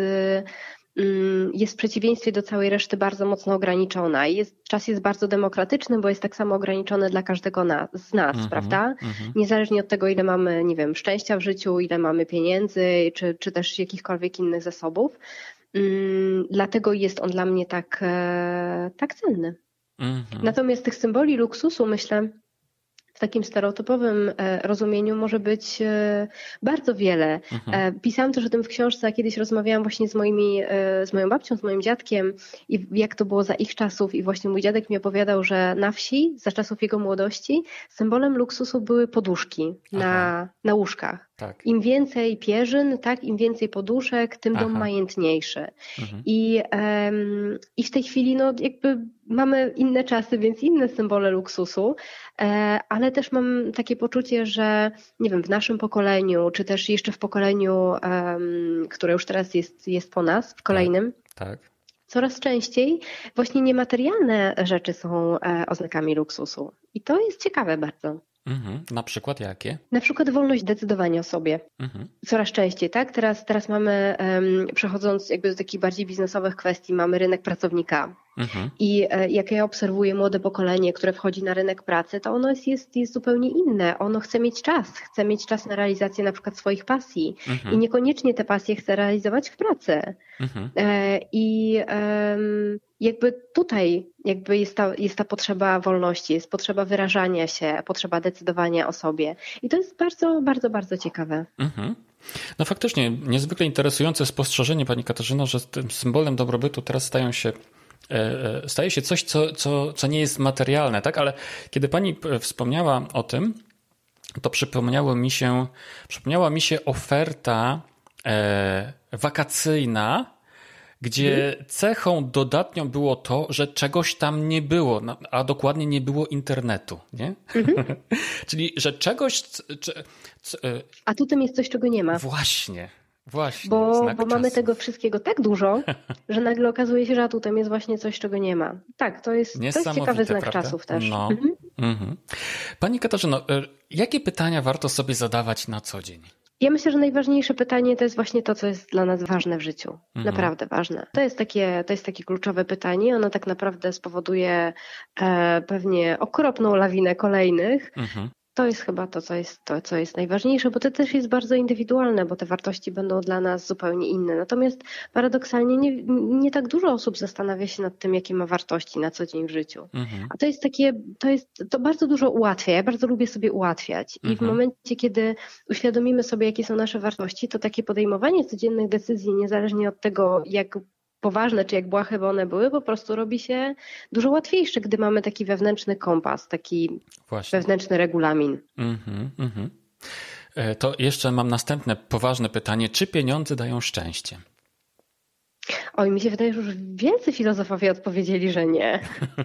jest w przeciwieństwie do całej reszty bardzo mocno ograniczona. Jest, czas jest bardzo demokratyczny, bo jest tak samo ograniczony dla każdego na, z nas, mhm. prawda? Mhm. Niezależnie od tego, ile mamy, nie wiem, szczęścia w życiu, ile mamy pieniędzy, czy, czy też jakichkolwiek innych zasobów. Dlatego jest on dla mnie tak, tak cenny. Mm-hmm. Natomiast tych symboli luksusu, myślę, w takim stereotypowym rozumieniu może być bardzo wiele. Mm-hmm. Pisałam też o tym w książce, a kiedyś rozmawiałam właśnie z moimi, z moją babcią, z moim dziadkiem i jak to było za ich czasów i właśnie mój dziadek mi opowiadał, że na wsi, za czasów jego młodości, symbolem luksusu były poduszki na, na łóżkach. Tak. Im więcej pierzyn, tak, im więcej poduszek, tym Aha. dom majętniejszy. Mhm. I, um, I w tej chwili no, jakby mamy inne czasy, więc inne symbole luksusu, e, ale też mam takie poczucie, że nie wiem, w naszym pokoleniu, czy też jeszcze w pokoleniu, um, które już teraz jest, jest po nas, w kolejnym, tak. tak. coraz częściej właśnie niematerialne rzeczy są e, oznakami luksusu. I to jest ciekawe bardzo. Mhm. Na przykład jakie? Na przykład wolność decydowania o sobie. Mhm. Coraz częściej, tak? Teraz, teraz mamy, um, przechodząc jakby do takich bardziej biznesowych kwestii, mamy rynek pracownika. Mhm. I e, jak ja obserwuję młode pokolenie, które wchodzi na rynek pracy, to ono jest, jest, jest zupełnie inne. Ono chce mieć czas. Chce mieć czas na realizację na przykład swoich pasji. Mhm. I niekoniecznie te pasje chce realizować w pracy. Mhm. E, I e, jakby tutaj jakby jest ta, jest ta potrzeba wolności, jest potrzeba wyrażania się, potrzeba decydowania o sobie. I to jest bardzo, bardzo, bardzo ciekawe. Mhm. No faktycznie, niezwykle interesujące spostrzeżenie, pani Katarzyno, że tym symbolem dobrobytu teraz stają się staje się coś, co, co, co nie jest materialne, tak? Ale kiedy pani wspomniała o tym, to przypomniało mi się, przypomniała mi się oferta e, wakacyjna, gdzie cechą dodatnią było to, że czegoś tam nie było, a dokładnie nie było internetu, nie? Mhm. Czyli, że czegoś... Czy, czy, a tutaj jest coś, czego nie ma. Właśnie. Właśnie, bo bo mamy tego wszystkiego tak dużo, że nagle okazuje się, że atutem jest właśnie coś, czego nie ma. Tak, to jest, to jest ciekawy znak prawda? czasów też. No. Mhm. Mhm. Pani Katarzyno, jakie pytania warto sobie zadawać na co dzień? Ja myślę, że najważniejsze pytanie to jest właśnie to, co jest dla nas ważne w życiu. Mhm. Naprawdę ważne. To jest takie, to jest takie kluczowe pytanie. Ono tak naprawdę spowoduje e, pewnie okropną lawinę kolejnych. Mhm. To jest chyba to co, jest, to, co jest najważniejsze, bo to też jest bardzo indywidualne, bo te wartości będą dla nas zupełnie inne. Natomiast paradoksalnie nie, nie tak dużo osób zastanawia się nad tym, jakie ma wartości na co dzień w życiu. Mhm. A to jest takie, to jest, to bardzo dużo ułatwia. Ja bardzo lubię sobie ułatwiać. I mhm. w momencie, kiedy uświadomimy sobie, jakie są nasze wartości, to takie podejmowanie codziennych decyzji, niezależnie od tego, jak poważne, czy jak błahe one były, po prostu robi się dużo łatwiejsze, gdy mamy taki wewnętrzny kompas, taki Właśnie. wewnętrzny regulamin. Mm-hmm, mm-hmm. To jeszcze mam następne poważne pytanie. Czy pieniądze dają szczęście? Oj, mi się wydaje, że już wielcy filozofowie odpowiedzieli, że nie.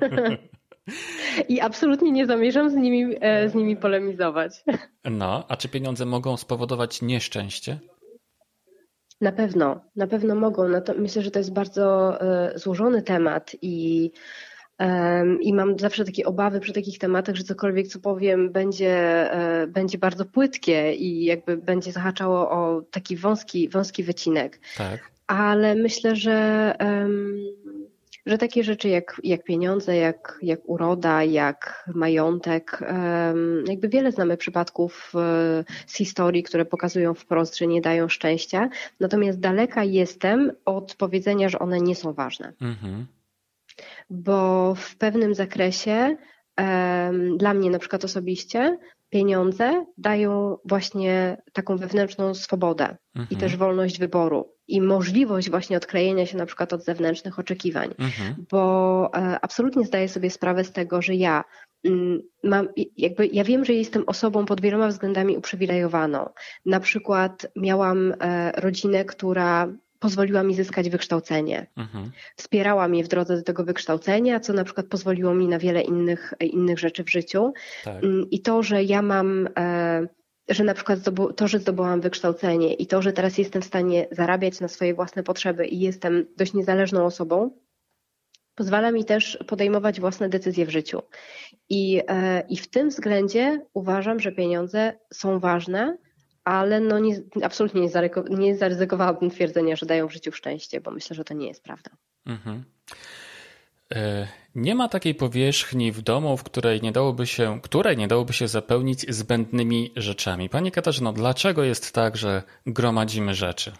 I absolutnie nie zamierzam z nimi, z nimi polemizować. No, a czy pieniądze mogą spowodować nieszczęście? Na pewno, na pewno mogą. No to myślę, że to jest bardzo y, złożony temat i i mam zawsze takie obawy przy takich tematach, że cokolwiek co powiem będzie, będzie bardzo płytkie i jakby będzie zahaczało o taki wąski, wąski wycinek. Tak. Ale myślę, że, że takie rzeczy jak, jak pieniądze, jak, jak uroda, jak majątek, jakby wiele znamy przypadków z historii, które pokazują wprost, że nie dają szczęścia, natomiast daleka jestem od powiedzenia, że one nie są ważne. Mhm. Bo w pewnym zakresie um, dla mnie na przykład osobiście pieniądze dają właśnie taką wewnętrzną swobodę mhm. i też wolność wyboru i możliwość właśnie odklejenia się na przykład od zewnętrznych oczekiwań, mhm. bo e, absolutnie zdaję sobie sprawę z tego, że ja m, mam, jakby ja wiem, że jestem osobą pod wieloma względami uprzywilejowaną. Na przykład miałam e, rodzinę, która pozwoliła mi zyskać wykształcenie. Mhm. Wspierała mnie w drodze do tego wykształcenia, co na przykład pozwoliło mi na wiele innych, innych rzeczy w życiu. Tak. I to, że ja mam, że na przykład to, że zdobyłam wykształcenie i to, że teraz jestem w stanie zarabiać na swoje własne potrzeby i jestem dość niezależną osobą, pozwala mi też podejmować własne decyzje w życiu. I, i w tym względzie uważam, że pieniądze są ważne, ale no nie, absolutnie nie, zaryko, nie zaryzykowałabym twierdzenia, że dają w życiu szczęście, bo myślę, że to nie jest prawda. Mhm. Nie ma takiej powierzchni w domu, w której nie dałoby się, której nie dałoby się zapełnić zbędnymi rzeczami. Pani Katarzyno, dlaczego jest tak, że gromadzimy rzeczy?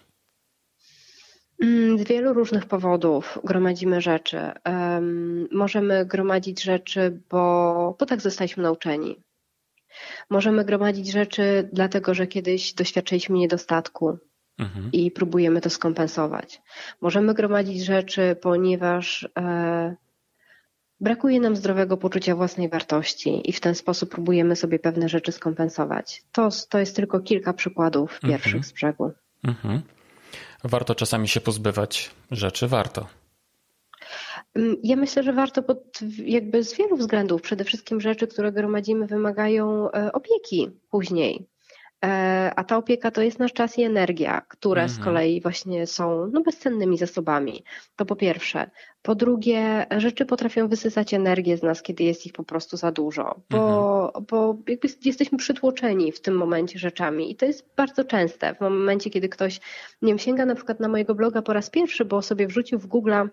Z wielu różnych powodów gromadzimy rzeczy. Um, możemy gromadzić rzeczy, bo, bo tak zostaliśmy nauczeni. Możemy gromadzić rzeczy dlatego, że kiedyś doświadczyliśmy niedostatku mhm. i próbujemy to skompensować. Możemy gromadzić rzeczy, ponieważ e, brakuje nam zdrowego poczucia własnej wartości i w ten sposób próbujemy sobie pewne rzeczy skompensować. To, to jest tylko kilka przykładów mhm. pierwszych z brzegu. Mhm. Warto czasami się pozbywać rzeczy, warto. Ja myślę, że warto pod, jakby z wielu względów. Przede wszystkim rzeczy, które gromadzimy, wymagają opieki później. A ta opieka to jest nasz czas i energia, które mhm. z kolei właśnie są no, bezcennymi zasobami. To po pierwsze. Po drugie, rzeczy potrafią wysysać energię z nas, kiedy jest ich po prostu za dużo, bo, mhm. bo jakby jesteśmy przytłoczeni w tym momencie rzeczami i to jest bardzo częste. W momencie, kiedy ktoś, nie wiem, sięga na przykład na mojego bloga po raz pierwszy, bo sobie wrzucił w Google'a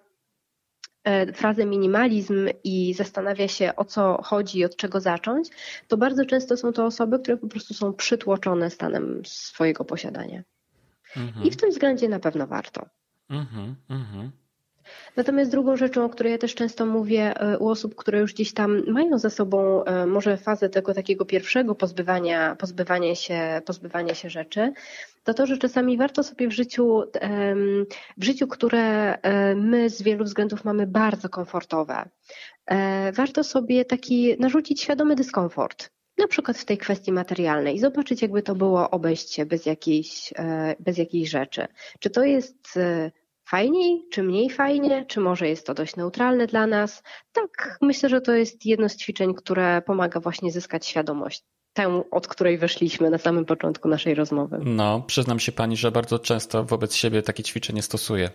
frazę minimalizm i zastanawia się, o co chodzi i od czego zacząć, to bardzo często są to osoby, które po prostu są przytłoczone stanem swojego posiadania. Mhm. I w tym względzie na pewno warto. Mhm, mhm. Natomiast drugą rzeczą, o której ja też często mówię u osób, które już gdzieś tam mają za sobą może fazę tego takiego pierwszego pozbywania, pozbywania się, pozbywania się rzeczy, to to, że czasami warto sobie w życiu, w życiu, które my z wielu względów mamy bardzo komfortowe, warto sobie taki narzucić świadomy dyskomfort. Na przykład w tej kwestii materialnej i zobaczyć, jakby to było obejść się bez jakiejś, bez jakiejś rzeczy. Czy to jest fajniej, czy mniej fajnie, czy może jest to dość neutralne dla nas? Tak, myślę, że to jest jedno z ćwiczeń, które pomaga właśnie zyskać świadomość, tę, od której weszliśmy na samym początku naszej rozmowy. No, przyznam się pani, że bardzo często wobec siebie takie ćwiczenie stosuję.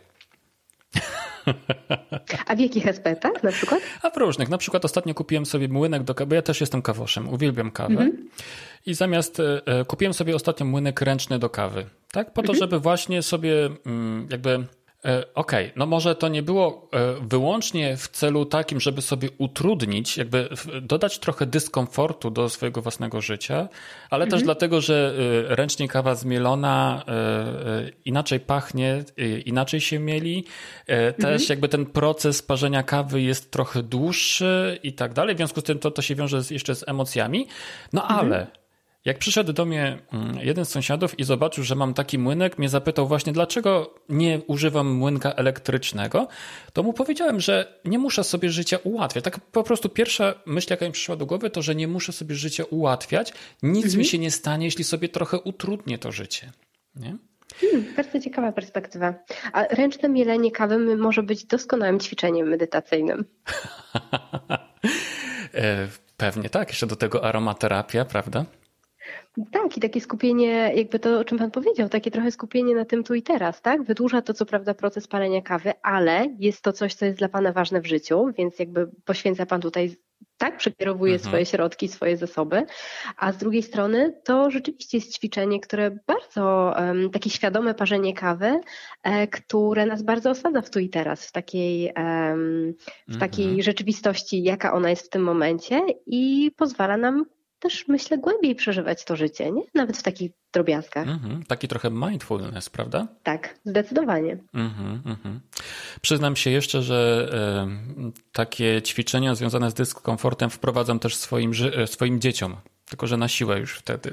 A w jakich aspektach na przykład? A w różnych. Na przykład ostatnio kupiłem sobie młynek do kawy. Ja też jestem kawoszem, uwielbiam kawę. Mm-hmm. I zamiast e, kupiłem sobie ostatnio młynek ręczny do kawy. Tak? Po to, mm-hmm. żeby właśnie sobie mm, jakby... Okej, okay. No może to nie było wyłącznie w celu takim, żeby sobie utrudnić, jakby dodać trochę dyskomfortu do swojego własnego życia, ale mhm. też dlatego, że ręcznie kawa zmielona inaczej pachnie, inaczej się mieli. Też mhm. jakby ten proces parzenia kawy jest trochę dłuższy i tak dalej. W związku z tym to, to się wiąże jeszcze z emocjami. No mhm. ale... Jak przyszedł do mnie jeden z sąsiadów i zobaczył, że mam taki młynek, mnie zapytał właśnie, dlaczego nie używam młynka elektrycznego, to mu powiedziałem, że nie muszę sobie życia ułatwiać. Tak po prostu pierwsza myśl, jaka mi przyszła do głowy, to, że nie muszę sobie życia ułatwiać. Nic mhm. mi się nie stanie, jeśli sobie trochę utrudnię to życie. Nie? Hmm, bardzo ciekawa perspektywa. A ręczne mielenie kawy może być doskonałym ćwiczeniem medytacyjnym. Pewnie tak. Jeszcze do tego aromaterapia, prawda? Tak, i takie skupienie, jakby to, o czym Pan powiedział, takie trochę skupienie na tym tu i teraz, tak? Wydłuża to co prawda proces palenia kawy, ale jest to coś, co jest dla Pana ważne w życiu, więc jakby poświęca Pan tutaj, tak, przekierowuje mhm. swoje środki, swoje zasoby, a z drugiej strony to rzeczywiście jest ćwiczenie, które bardzo, um, takie świadome parzenie kawy, e, które nas bardzo osadza w tu i teraz, w takiej, um, w takiej mhm. rzeczywistości, jaka ona jest w tym momencie i pozwala nam też, myślę, głębiej przeżywać to życie, nie? Nawet w takich drobiazgach. Mm-hmm. Taki trochę mindfulness, prawda? Tak, zdecydowanie. Mm-hmm, mm-hmm. Przyznam się jeszcze, że y, takie ćwiczenia związane z dyskomfortem wprowadzam też swoim, swoim dzieciom. Tylko że na siłę już wtedy.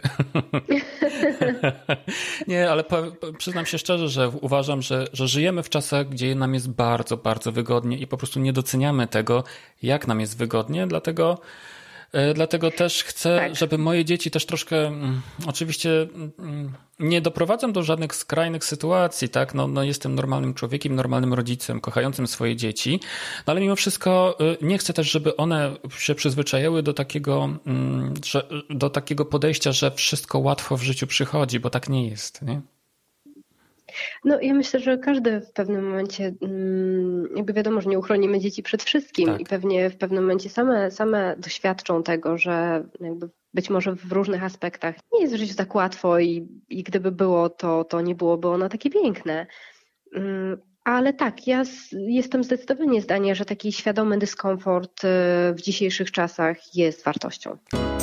Nie, ale po, przyznam się szczerze, że uważam, że, że żyjemy w czasach, gdzie nam jest bardzo, bardzo wygodnie i po prostu nie doceniamy tego, jak nam jest wygodnie, dlatego Dlatego też chcę, tak. żeby moje dzieci też troszkę, oczywiście nie doprowadzam do żadnych skrajnych sytuacji, tak? No, no jestem normalnym człowiekiem, normalnym rodzicem, kochającym swoje dzieci, no ale mimo wszystko nie chcę też, żeby one się przyzwyczajały do takiego, że, do takiego podejścia, że wszystko łatwo w życiu przychodzi, bo tak nie jest, nie? No ja myślę, że każdy w pewnym momencie, jakby wiadomo, że nie uchronimy dzieci przed wszystkim tak. i pewnie w pewnym momencie same, same doświadczą tego, że jakby być może w różnych aspektach nie jest w życiu tak łatwo i, i gdyby było, to, to nie byłoby ono takie piękne. Ale tak, ja jestem zdecydowanie zdania, że taki świadomy dyskomfort w dzisiejszych czasach jest wartością.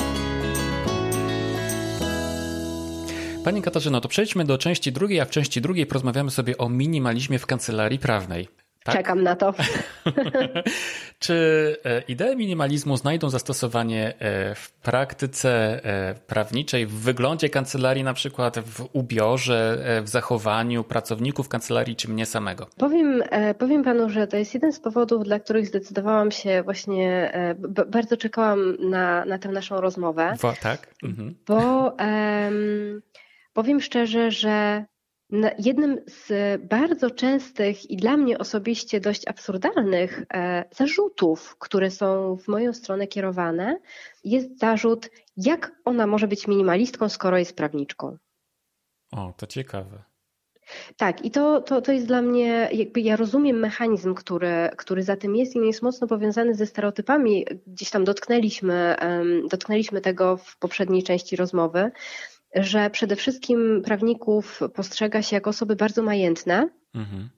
Pani Katarzyno, to przejdźmy do części drugiej, a w części drugiej porozmawiamy sobie o minimalizmie w kancelarii prawnej. Tak? Czekam na to. Czy idee minimalizmu znajdą zastosowanie w praktyce prawniczej, w wyglądzie kancelarii, na przykład w ubiorze, w zachowaniu pracowników kancelarii, czy mnie samego? Powiem, powiem Panu, że to jest jeden z powodów, dla których zdecydowałam się właśnie, bardzo czekałam na, na tę naszą rozmowę. Bo, tak? Mhm. Bo um, powiem szczerze, że jednym z bardzo częstych i dla mnie osobiście dość absurdalnych e, zarzutów, które są w moją stronę kierowane, jest zarzut, jak ona może być minimalistką, skoro jest prawniczką. O, to ciekawe. Tak, i to, to, to jest dla mnie, jakby ja rozumiem mechanizm, który, który za tym jest i jest mocno powiązany ze stereotypami. Gdzieś tam dotknęliśmy, um, dotknęliśmy tego w poprzedniej części rozmowy, że przede wszystkim prawników postrzega się jako osoby bardzo majętne. Mhm.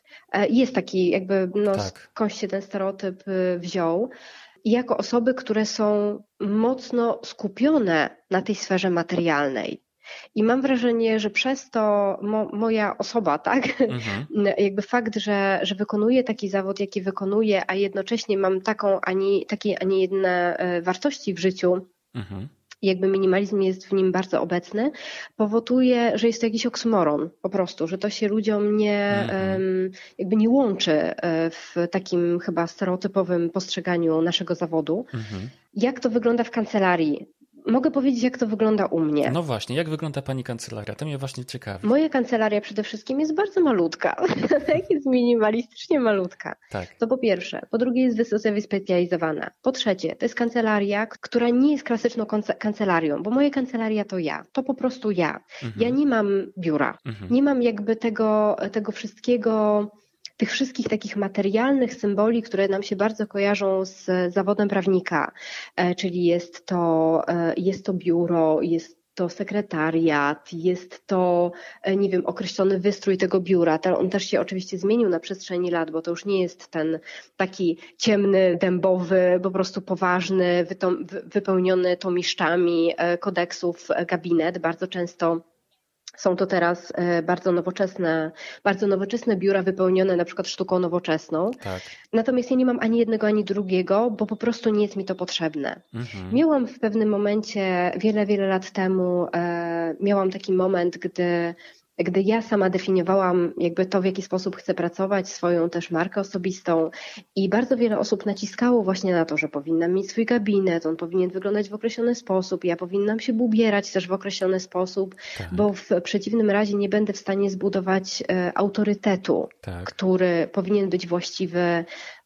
Jest taki jakby, no tak. skądś się ten stereotyp wziął. I jako osoby, które są mocno skupione na tej sferze materialnej. I mam wrażenie, że przez to mo, moja osoba, tak, mhm. jakby fakt, że, że wykonuję taki zawód, jaki wykonuję, a jednocześnie mam taką, ani, takie, a nie jedne wartości w życiu, mhm. jakby minimalizm jest w nim bardzo obecny, powoduje, że jest to jakiś oksymoron po prostu, że to się ludziom nie, mm-hmm. jakby nie łączy w takim chyba stereotypowym postrzeganiu naszego zawodu. Mm-hmm. Jak to wygląda w kancelarii? Mogę powiedzieć, jak to wygląda u mnie. No właśnie, jak wygląda Pani kancelaria? To mnie właśnie ciekawi. Moja kancelaria przede wszystkim jest bardzo malutka. Jest minimalistycznie malutka. Tak. To po pierwsze. Po drugie jest wysoce wyspecjalizowana. Po trzecie, to jest kancelaria, która nie jest klasyczną kancelarią, bo moja kancelaria to ja. To po prostu ja. Mhm. Ja nie mam biura. Mhm. Nie mam jakby tego, tego wszystkiego... tych wszystkich takich materialnych symboli, które nam się bardzo kojarzą z zawodem prawnika, czyli jest to, jest to biuro, jest to sekretariat, jest to, nie wiem, określony wystrój tego biura. On też się oczywiście zmienił na przestrzeni lat, bo to już nie jest ten taki ciemny, dębowy, po prostu poważny, wypełniony tomiszczami kodeksów gabinet. Bardzo często są to teraz bardzo nowoczesne, bardzo nowoczesne biura wypełnione na przykład sztuką nowoczesną. Tak. Natomiast ja nie mam ani jednego, ani drugiego, bo po prostu nie jest mi to potrzebne. Mhm. Miałam w pewnym momencie, wiele, wiele lat temu, e, miałam taki moment, gdy gdy ja sama definiowałam jakby to, w jaki sposób chcę pracować, swoją też markę osobistą i bardzo wiele osób naciskało właśnie na to, że powinnam mieć swój gabinet, on powinien wyglądać w określony sposób, ja powinnam się ubierać też w określony sposób, tak. bo w przeciwnym razie nie będę w stanie zbudować e, autorytetu, tak. który powinien być właściwy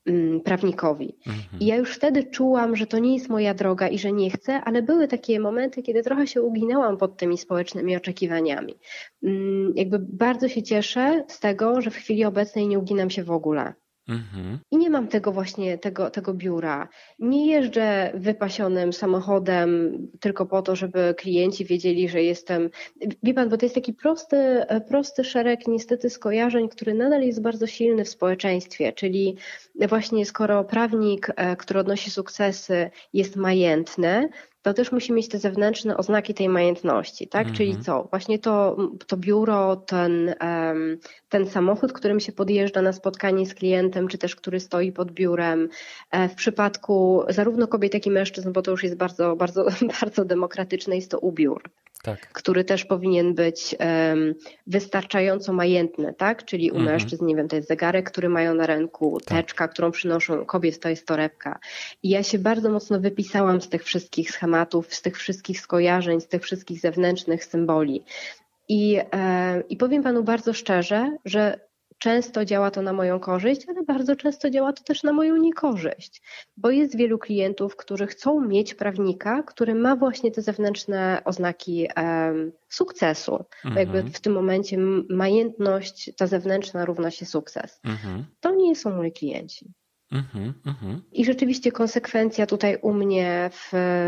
prawnikowi. Mhm. I ja już wtedy czułam, że to nie jest moja droga i że nie chcę, ale były takie momenty, kiedy trochę się uginęłam pod tymi społecznymi oczekiwaniami. Jakby bardzo się cieszę z tego, że w chwili obecnej nie uginam się w ogóle. Mhm. I nie mam tego właśnie, tego, tego biura. Nie jeżdżę wypasionym samochodem tylko po to, żeby klienci wiedzieli, że jestem... Wie pan, bo to jest taki prosty, prosty szereg niestety skojarzeń, który nadal jest bardzo silny w społeczeństwie, czyli właśnie skoro prawnik, który odnosi sukcesy, jest majętny, to też musi mieć te zewnętrzne oznaki tej majętności, tak? Mhm. Czyli co? Właśnie to, to biuro, ten, ten samochód, którym się podjeżdża na spotkanie z klientem, czy też który stoi pod biurem. W przypadku zarówno kobiet, jak i mężczyzn, bo to już jest bardzo, bardzo, bardzo demokratyczne, jest to ubiór. Tak. Który też powinien być um, wystarczająco majętny, tak? Czyli u Mhm. mężczyzn, nie wiem, to jest zegarek, który mają na ręku, Tak. teczka, którą przynoszą, kobiet to jest torebka. I ja się bardzo mocno wypisałam z tych wszystkich schematów, z tych wszystkich skojarzeń, z tych wszystkich zewnętrznych symboli. I, e, i powiem panu bardzo szczerze, że często działa to na moją korzyść, ale bardzo często działa to też na moją niekorzyść, bo jest wielu klientów, którzy chcą mieć prawnika, który ma właśnie te zewnętrzne oznaki um, sukcesu. Mhm. Jakby w tym momencie majętność, ta zewnętrzna równa się sukces. Mhm. To nie są moi klienci. Mhm. Mhm. I rzeczywiście konsekwencja tutaj u mnie w,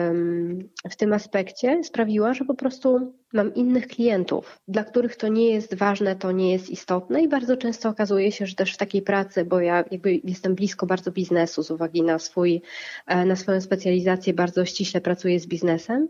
w tym aspekcie sprawiła, że po prostu mam innych klientów, dla których to nie jest ważne, to nie jest istotne i bardzo często okazuje się, że też w takiej pracy, bo ja jakby jestem blisko bardzo biznesu z uwagi na swój, na swoją specjalizację, bardzo ściśle pracuję z biznesem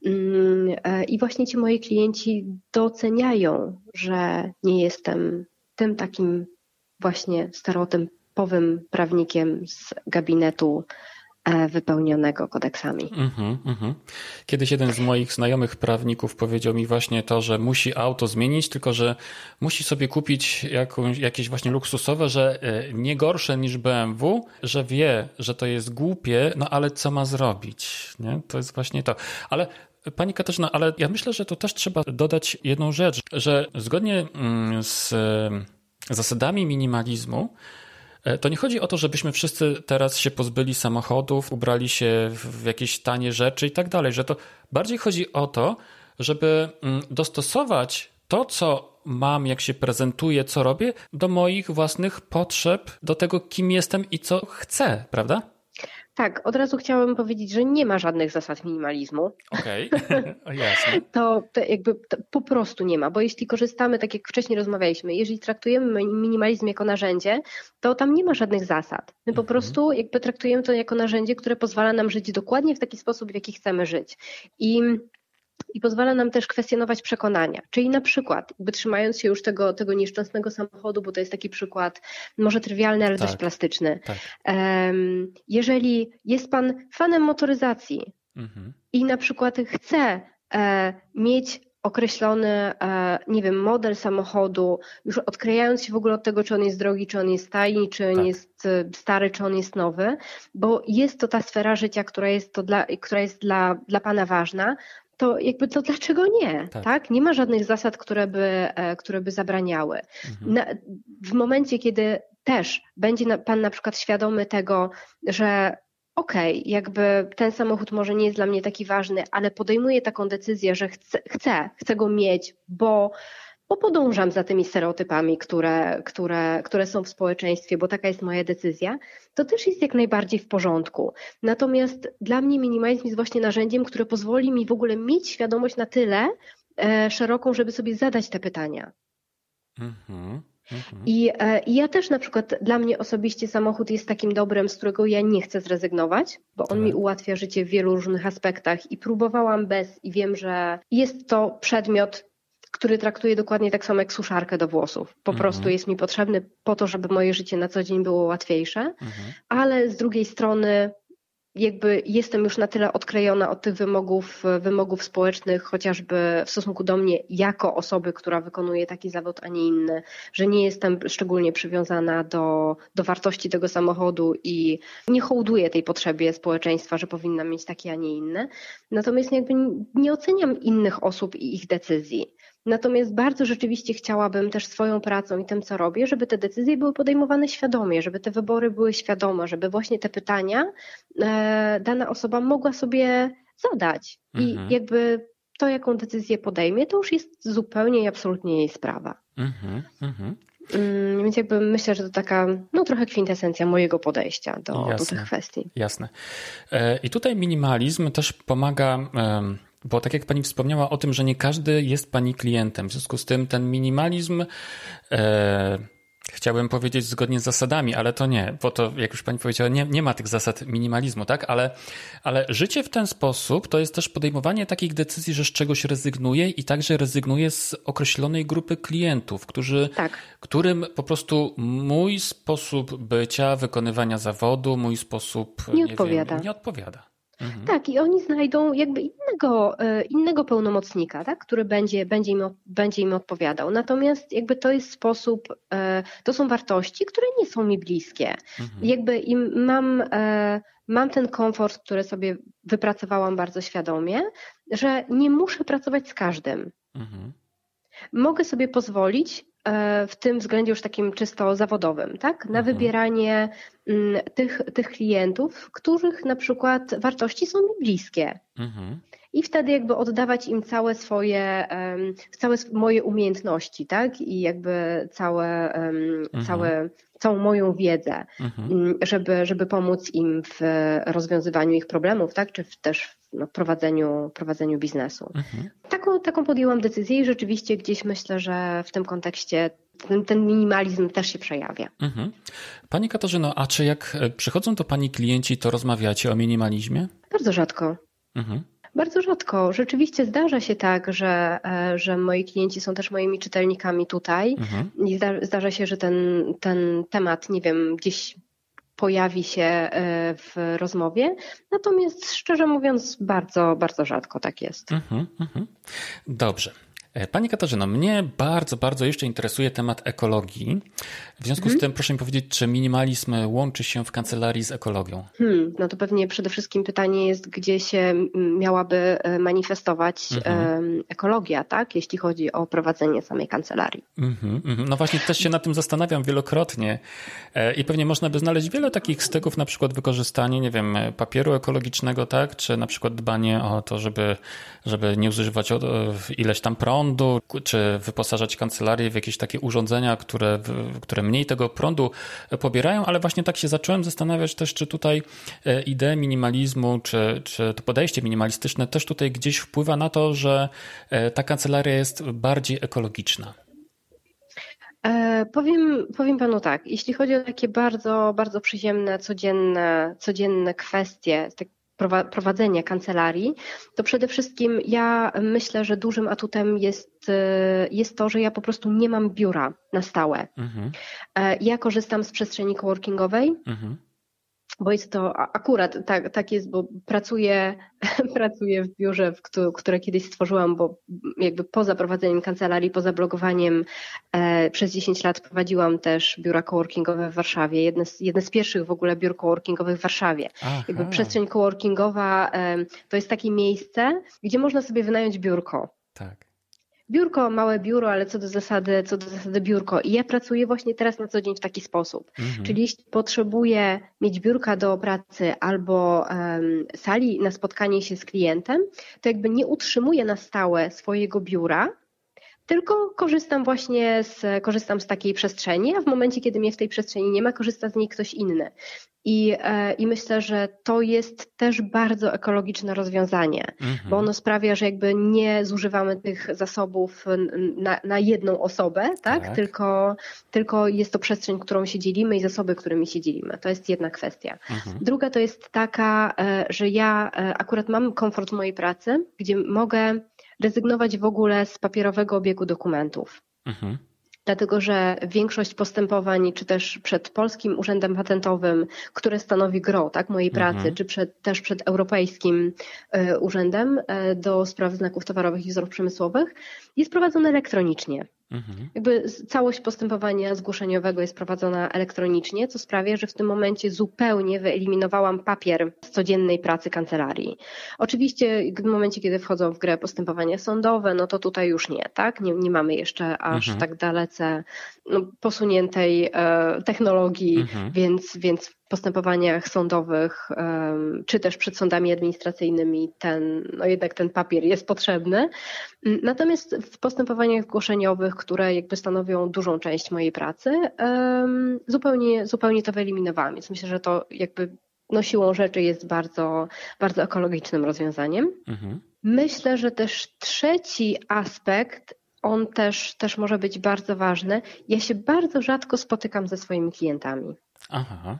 i właśnie ci moi klienci doceniają, że nie jestem tym takim właśnie stereotypowym prawnikiem z gabinetu wypełnionego kodeksami. Mhm, mhm. Kiedyś jeden z moich znajomych prawników powiedział mi właśnie to, że musi auto zmienić, tylko że musi sobie kupić jakąś, jakieś właśnie luksusowe, że nie gorsze niż B M W, że wie, że to jest głupie, no ale co ma zrobić? Nie? To jest właśnie to. Ale Pani Katarzyna, ale ja myślę, że tu też trzeba dodać jedną rzecz, że zgodnie z zasadami minimalizmu to nie chodzi o to, żebyśmy wszyscy teraz się pozbyli samochodów, ubrali się w jakieś tanie rzeczy i tak dalej, że to bardziej chodzi o to, żeby dostosować to, co mam, jak się prezentuję, co robię, do moich własnych potrzeb, do tego, kim jestem i co chcę, prawda? Tak, od razu chciałabym powiedzieć, że nie ma żadnych zasad minimalizmu. Okej, okay. Jasne. To, to jakby to po prostu nie ma, bo jeśli korzystamy, tak jak wcześniej rozmawialiśmy, jeżeli traktujemy minimalizm jako narzędzie, to tam nie ma żadnych zasad. My po mhm. prostu jakby traktujemy to jako narzędzie, które pozwala nam żyć dokładnie w taki sposób, w jaki chcemy żyć. I I pozwala nam też kwestionować przekonania. Czyli na przykład, jakby trzymając się już tego, tego nieszczęsnego samochodu, bo to jest taki przykład może trywialny, ale tak, dość plastyczny. Tak. Um, jeżeli jest pan fanem motoryzacji mhm. i na przykład chce e, mieć określony, e, nie wiem, model samochodu, już odklejając się w ogóle od tego, czy on jest drogi, czy on jest tani, czy on tak. jest stary, czy on jest nowy, bo jest to ta sfera życia, która jest, to dla, która jest dla, dla pana ważna, to jakby to dlaczego nie, tak? tak? Nie ma żadnych zasad, które by, które by zabraniały. Mhm. Na, w momencie, kiedy też będzie pan na przykład świadomy tego, że okej, okay, jakby ten samochód może nie jest dla mnie taki ważny, ale podejmuję taką decyzję, że chcę, chcę, chcę go mieć, bo bo podążam za tymi stereotypami, które, które, które są w społeczeństwie, bo taka jest moja decyzja, to też jest jak najbardziej w porządku. Natomiast dla mnie minimalizm jest właśnie narzędziem, które pozwoli mi w ogóle mieć świadomość na tyle e, szeroką, żeby sobie zadać te pytania. Mhm. Mhm. I, e, I ja też na przykład, dla mnie osobiście samochód jest takim dobrem, z którego ja nie chcę zrezygnować, bo on tak. mi ułatwia życie w wielu różnych aspektach i próbowałam bez i wiem, że jest to przedmiot, który traktuję dokładnie tak samo jak suszarkę do włosów. Po mhm. prostu jest mi potrzebny po to, żeby moje życie na co dzień było łatwiejsze, mhm. ale z drugiej strony jakby jestem już na tyle odklejona od tych wymogów, wymogów społecznych, chociażby w stosunku do mnie jako osoby, która wykonuje taki zawód, a nie inny, że nie jestem szczególnie przywiązana do, do wartości tego samochodu i nie hołduję tej potrzebie społeczeństwa, że powinna mieć takie, a nie inne. Natomiast jakby nie oceniam innych osób i ich decyzji. Natomiast bardzo rzeczywiście chciałabym też swoją pracą i tym, co robię, żeby te decyzje były podejmowane świadomie, żeby te wybory były świadome, żeby właśnie te pytania e, dana osoba mogła sobie zadać. Mhm. I jakby to, jaką decyzję podejmie, to już jest zupełnie i absolutnie jej sprawa. Mhm, mhm. Więc jakby myślę, że to taka no trochę kwintesencja mojego podejścia do, do tych kwestii. Jasne. I tutaj minimalizm też pomaga, bo tak jak pani wspomniała o tym, że nie każdy jest pani klientem. W związku z tym ten minimalizm e, chciałbym powiedzieć zgodnie z zasadami, ale to nie, bo to jak już pani powiedziała, nie, nie ma tych zasad minimalizmu, tak? Ale, ale życie w ten sposób to jest też podejmowanie takich decyzji, że z czegoś rezygnuję i także rezygnuję z określonej grupy klientów, którzy, tak. którym po prostu mój sposób bycia, wykonywania zawodu, mój sposób nie, nie odpowiada. Wiem, nie odpowiada. Mhm. Tak, i oni znajdą jakby innego, innego pełnomocnika, tak, który będzie, będzie, im, będzie im odpowiadał. Natomiast jakby to jest sposób, to są wartości, które nie są mi bliskie. Mhm. Jakby im mam, mam ten komfort, który sobie wypracowałam bardzo świadomie, że nie muszę pracować z każdym. Mhm. Mogę sobie pozwolić w tym względzie już takim czysto zawodowym, tak? Na mhm. wybieranie tych, tych klientów, których na przykład wartości są mi bliskie. Mhm. I wtedy jakby oddawać im całe swoje, całe moje umiejętności, tak? I jakby całe, mhm. całe, całą moją wiedzę, mhm. żeby, żeby pomóc im w rozwiązywaniu ich problemów, tak? Czy w, też w no, prowadzeniu, prowadzeniu biznesu. Mhm. Taką, taką podjęłam decyzję i rzeczywiście gdzieś myślę, że w tym kontekście ten, ten minimalizm też się przejawia. Mhm. Pani Katarzyno, a czy jak przychodzą do pani klienci, to rozmawiacie o minimalizmie? Bardzo rzadko. Mhm. Bardzo rzadko. Rzeczywiście zdarza się tak, że, że moi klienci są też moimi czytelnikami tutaj mhm. i zdarza się, że ten, ten temat, nie wiem, gdzieś pojawi się w rozmowie. Natomiast szczerze mówiąc bardzo, bardzo rzadko tak jest. Mhm, mhm. Dobrze. Pani Katarzyno, mnie bardzo, bardzo jeszcze interesuje temat ekologii. W związku hmm. z tym proszę mi powiedzieć, czy minimalizm łączy się w kancelarii z ekologią? Hmm, no to pewnie przede wszystkim pytanie jest, gdzie się miałaby manifestować hmm. ekologia, tak? Jeśli chodzi o prowadzenie samej kancelarii. Hmm, hmm. No właśnie też się nad tym zastanawiam wielokrotnie i pewnie można by znaleźć wiele takich styków, na przykład wykorzystanie, nie wiem, papieru ekologicznego, tak? Czy na przykład dbanie o to, żeby, żeby nie używać ileś tam prądu, czy wyposażać kancelarię w jakieś takie urządzenia, które, które mniej tego prądu pobierają, ale właśnie tak się zacząłem zastanawiać też, czy tutaj idea minimalizmu, czy, czy to podejście minimalistyczne też tutaj gdzieś wpływa na to, że ta kancelaria jest bardziej ekologiczna. E, powiem, powiem panu tak, jeśli chodzi o takie bardzo, bardzo przyziemne, codzienne, codzienne kwestie, tak prowadzenia kancelarii, to przede wszystkim ja myślę, że dużym atutem jest, jest to, że ja po prostu nie mam biura na stałe. Mhm. Ja korzystam z przestrzeni coworkingowej, mhm. bo jest to akurat tak, tak jest, bo pracuję, pracuję w biurze, w które, które kiedyś stworzyłam, bo jakby poza prowadzeniem kancelarii, poza blogowaniem e, przez dziesięć lat prowadziłam też biura coworkingowe w Warszawie, jedne z, jedne z pierwszych w ogóle biur coworkingowych w Warszawie. Aha. Jakby przestrzeń coworkingowa e, to jest takie miejsce, gdzie można sobie wynająć biurko. Tak. Biurko, małe biuro, ale co do zasady, co do zasady biurko. I ja pracuję właśnie teraz na co dzień w taki sposób. Mhm. Czyli jeśli potrzebuję mieć biurka do pracy albo um, sali na spotkanie się z klientem, to jakby nie utrzymuję na stałe swojego biura, tylko korzystam właśnie z, korzystam z takiej przestrzeni, a w momencie, kiedy mnie w tej przestrzeni nie ma, korzysta z niej ktoś inny. I, e, i myślę, że to jest też bardzo ekologiczne rozwiązanie, mhm. bo ono sprawia, że jakby nie zużywamy tych zasobów na, na jedną osobę, tak? Tak. Tylko, tylko jest to przestrzeń, którą się dzielimy i zasoby, którymi się dzielimy. To jest jedna kwestia. Mhm. Druga to jest taka, e, że ja e, akurat mam komfort w mojej pracy, gdzie mogę rezygnować w ogóle z papierowego obiegu dokumentów. Mhm. Dlatego, że większość postępowań, czy też przed Polskim Urzędem Patentowym, które stanowi gros tak, mojej pracy, mhm. czy przed, też przed Europejskim Urzędem do spraw znaków towarowych i wzorów przemysłowych, jest prowadzone elektronicznie. Mhm. Jakby całość postępowania zgłoszeniowego jest prowadzona elektronicznie, co sprawia, że w tym momencie zupełnie wyeliminowałam papier z codziennej pracy kancelarii. Oczywiście w momencie, kiedy wchodzą w grę postępowania sądowe, no to tutaj już nie, tak? Nie, nie mamy jeszcze aż mhm. tak dalece no, posuniętej e, technologii, mhm. więc, więc w postępowaniach sądowych, um, czy też przed sądami administracyjnymi ten, no jednak ten papier jest potrzebny. Natomiast w postępowaniach zgłoszeniowych, które jakby stanowią dużą część mojej pracy, um, zupełnie, zupełnie to wyeliminowałam. Więc myślę, że to jakby no siłą rzeczy jest bardzo, bardzo ekologicznym rozwiązaniem. Mhm. Myślę, że też trzeci aspekt, on też, też może być bardzo ważny. Ja się bardzo rzadko spotykam ze swoimi klientami. Aha.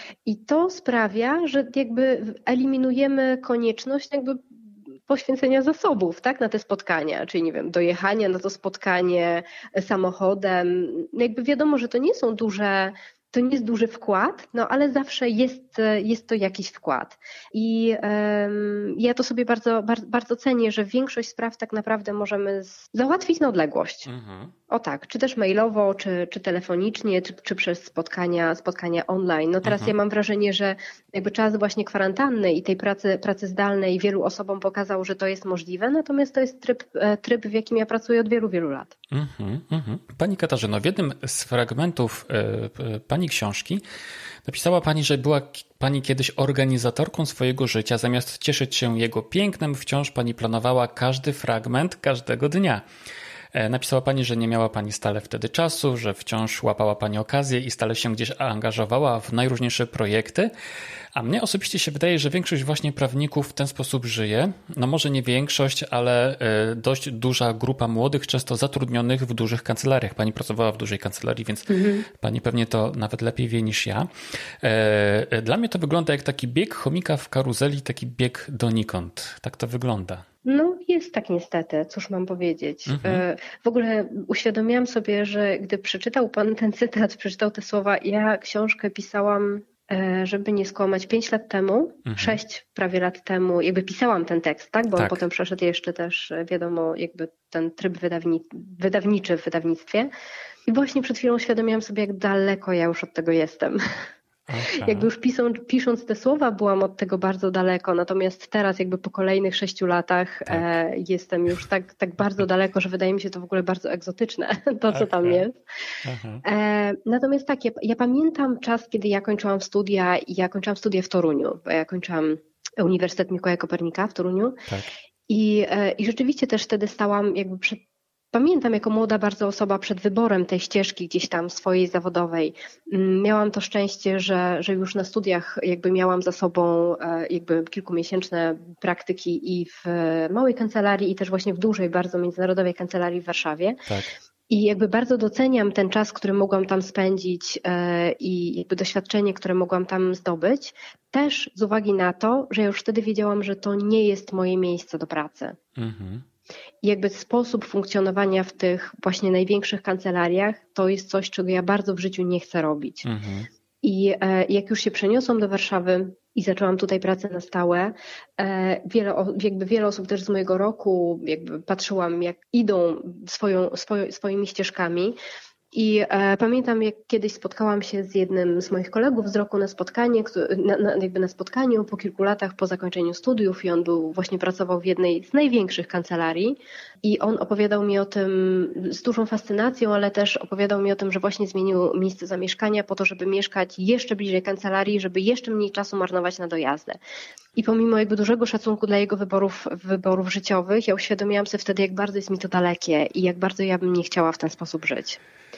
I to sprawia, że jakby eliminujemy konieczność jakby poświęcenia zasobów, tak, na te spotkania, czyli nie wiem, dojechania na to spotkanie samochodem. Jakby wiadomo, że to nie są duże, to nie jest duży wkład, no ale zawsze jest, jest to jakiś wkład. I um, ja to sobie bardzo, bardzo, bardzo cenię, że większość spraw tak naprawdę możemy z... załatwić na odległość. Mhm. O tak, czy też mailowo, czy, czy telefonicznie, czy, czy przez spotkania, spotkania online. No teraz mhm. ja mam wrażenie, że jakby czas właśnie kwarantanny i tej pracy, pracy zdalnej wielu osobom pokazał, że to jest możliwe, natomiast to jest tryb, tryb w jakim ja pracuję od wielu, wielu lat. Mhm, mhm. Pani Katarzyno, w jednym z fragmentów y, y, Pani książki napisała Pani, że była Pani kiedyś organizatorką swojego życia. Zamiast cieszyć się jego pięknem, wciąż Pani planowała każdy fragment każdego dnia. Napisała Pani, że nie miała Pani stale wtedy czasu, że wciąż łapała Pani okazję i stale się gdzieś angażowała w najróżniejsze projekty. A mnie osobiście się wydaje, że większość właśnie prawników w ten sposób żyje. No może nie większość, ale dość duża grupa młodych, często zatrudnionych w dużych kancelariach. Pani pracowała w dużej kancelarii, więc mhm. Pani pewnie to nawet lepiej wie niż ja. Dla mnie to wygląda jak taki bieg chomika w karuzeli, taki bieg donikąd. Tak to wygląda. No jest tak niestety, cóż mam powiedzieć. Mhm. W ogóle uświadomiłam sobie, że gdy przeczytał Pan ten cytat, przeczytał te słowa, ja książkę pisałam, żeby nie skłamać, pięć lat temu, mhm. sześć prawie lat temu, jakby pisałam ten tekst, tak? Bo tak. on potem przeszedł jeszcze też, wiadomo, jakby ten tryb wydawni, wydawniczy w wydawnictwie. I właśnie przed chwilą uświadomiłam sobie, jak daleko ja już od tego jestem. Okay. Jakby już pisząc, pisząc te słowa byłam od tego bardzo daleko, natomiast teraz jakby po kolejnych sześciu latach tak. e, jestem już tak, tak bardzo daleko, że wydaje mi się to w ogóle bardzo egzotyczne, to okay. co tam jest. E, natomiast tak, ja, ja pamiętam czas, kiedy ja kończyłam studia i ja kończyłam studia w Toruniu, bo ja kończyłam Uniwersytet Mikołaja Kopernika w Toruniu tak. I, e, i rzeczywiście też wtedy stałam jakby przed Pamiętam jako młoda bardzo osoba przed wyborem tej ścieżki gdzieś tam swojej zawodowej. Miałam to szczęście, że, że już na studiach jakby miałam za sobą jakby kilkumiesięczne praktyki i w małej kancelarii i też właśnie w dużej, bardzo międzynarodowej kancelarii w Warszawie. Tak. I jakby bardzo doceniam ten czas, który mogłam tam spędzić i jakby doświadczenie, które mogłam tam zdobyć. Też z uwagi na to, że ja już wtedy wiedziałam, że to nie jest moje miejsce do pracy. Mhm. I jakby sposób funkcjonowania w tych właśnie największych kancelariach to jest coś, czego ja bardzo w życiu nie chcę robić. Mhm. I e, jak już się przeniosłam do Warszawy i zaczęłam tutaj pracę na stałe, e, wiele, jakby wiele osób też z mojego roku jakby patrzyłam, jak idą swoją, swoją, swoimi ścieżkami. I e, pamiętam, jak kiedyś spotkałam się z jednym z moich kolegów z roku na spotkanie, na, na, jakby na spotkaniu po kilku latach po zakończeniu studiów i on był, właśnie pracował w jednej z największych kancelarii i on opowiadał mi o tym z dużą fascynacją, ale też opowiadał mi o tym, że właśnie zmienił miejsce zamieszkania po to, żeby mieszkać jeszcze bliżej kancelarii, żeby jeszcze mniej czasu marnować na dojazdy. I pomimo jakby dużego szacunku dla jego wyborów, wyborów życiowych, ja uświadomiłam sobie wtedy, jak bardzo jest mi to dalekie i jak bardzo ja bym nie chciała w ten sposób żyć.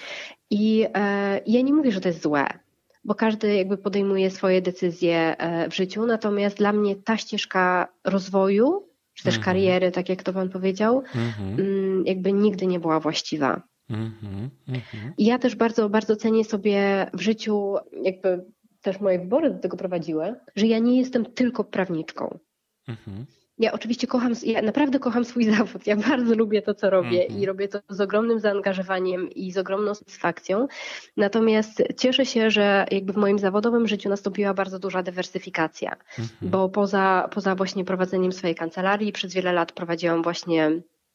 I e, ja nie mówię, że to jest złe, bo każdy jakby podejmuje swoje decyzje w życiu, natomiast dla mnie ta ścieżka rozwoju, czy też mm-hmm. kariery, tak jak to Pan powiedział, mm-hmm. jakby nigdy nie była właściwa. Mm-hmm. Mm-hmm. I ja też bardzo, bardzo cenię sobie w życiu, jakby też moje wybory do tego prowadziły, że ja nie jestem tylko prawniczką. Mm-hmm. Ja oczywiście kocham, ja naprawdę kocham swój zawód, ja bardzo lubię to, co robię mm-hmm. i robię to z ogromnym zaangażowaniem i z ogromną satysfakcją, natomiast cieszę się, że jakby w moim zawodowym życiu nastąpiła bardzo duża dywersyfikacja, mm-hmm. bo poza, poza właśnie prowadzeniem swojej kancelarii przez wiele lat prowadziłam właśnie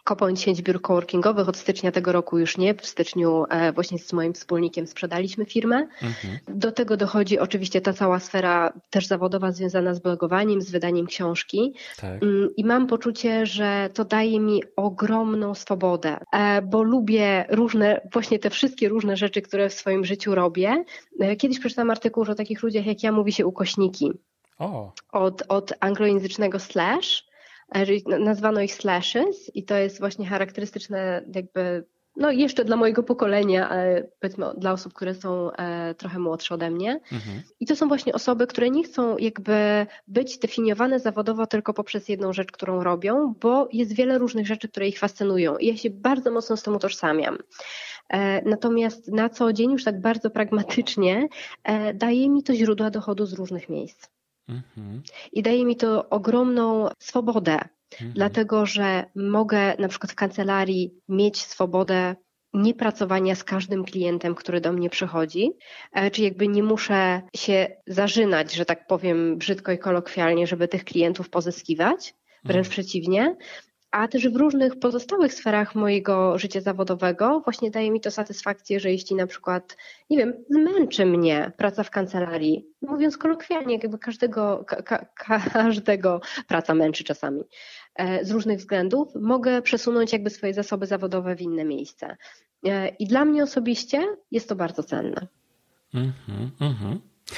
Copoint sieć biur coworkingowych. Od stycznia tego roku już nie. W styczniu właśnie z moim wspólnikiem sprzedaliśmy firmę. Mhm. Do tego dochodzi oczywiście ta cała sfera też zawodowa związana z blogowaniem, z wydaniem książki. Tak. I mam poczucie, że to daje mi ogromną swobodę, bo lubię różne, właśnie te wszystkie różne rzeczy, które w swoim życiu robię. Kiedyś przeczytałam artykuł, że o takich ludziach jak ja mówi się ukośniki. O. Od, od anglojęzycznego slash, czyli nazwano ich slashes i to jest właśnie charakterystyczne jakby, no jeszcze dla mojego pokolenia, ale powiedzmy dla osób, które są e, trochę młodsze ode mnie. Mhm. I to są właśnie osoby, które nie chcą jakby być definiowane zawodowo tylko poprzez jedną rzecz, którą robią, bo jest wiele różnych rzeczy, które ich fascynują i ja się bardzo mocno z tym utożsamiam. E, natomiast na co dzień już tak bardzo pragmatycznie e, daje mi to źródła dochodu z różnych miejsc. Mhm. I daje mi to ogromną swobodę, mhm. dlatego że mogę na przykład w kancelarii mieć swobodę niepracowania z każdym klientem, który do mnie przychodzi, czyli jakby nie muszę się zarzynać, że tak powiem brzydko i kolokwialnie, żeby tych klientów pozyskiwać, wręcz mhm. przeciwnie. A też w różnych pozostałych sferach mojego życia zawodowego właśnie daje mi to satysfakcję, że jeśli na przykład, nie wiem, zmęczy mnie praca w kancelarii, mówiąc kolokwialnie, jakby każdego, ka, każdego praca męczy czasami, z różnych względów, mogę przesunąć jakby swoje zasoby zawodowe w inne miejsce. I dla mnie osobiście jest to bardzo cenne. Mm-hmm, mm-hmm.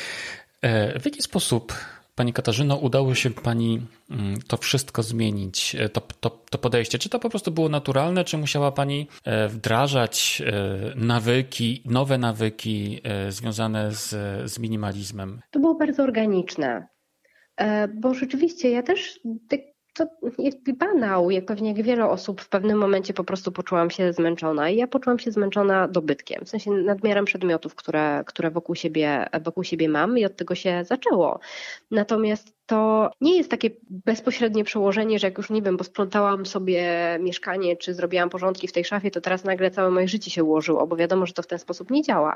W jaki sposób, Pani Katarzyno, udało się Pani to wszystko zmienić, to, to, to podejście? Czy to po prostu było naturalne, czy musiała Pani wdrażać nawyki, nowe nawyki związane z, z minimalizmem? To było bardzo organiczne, bo rzeczywiście ja też... To jest banał, jak pewnie jak wiele osób w pewnym momencie po prostu poczułam się zmęczona i ja poczułam się zmęczona dobytkiem, w sensie nadmiarem przedmiotów, które, które wokół siebie, wokół siebie mam i od tego się zaczęło. Natomiast to nie jest takie bezpośrednie przełożenie, że jak już nie wiem, bo sprzątałam sobie mieszkanie czy zrobiłam porządki w tej szafie, to teraz nagle całe moje życie się ułożyło, bo wiadomo, że to w ten sposób nie działa.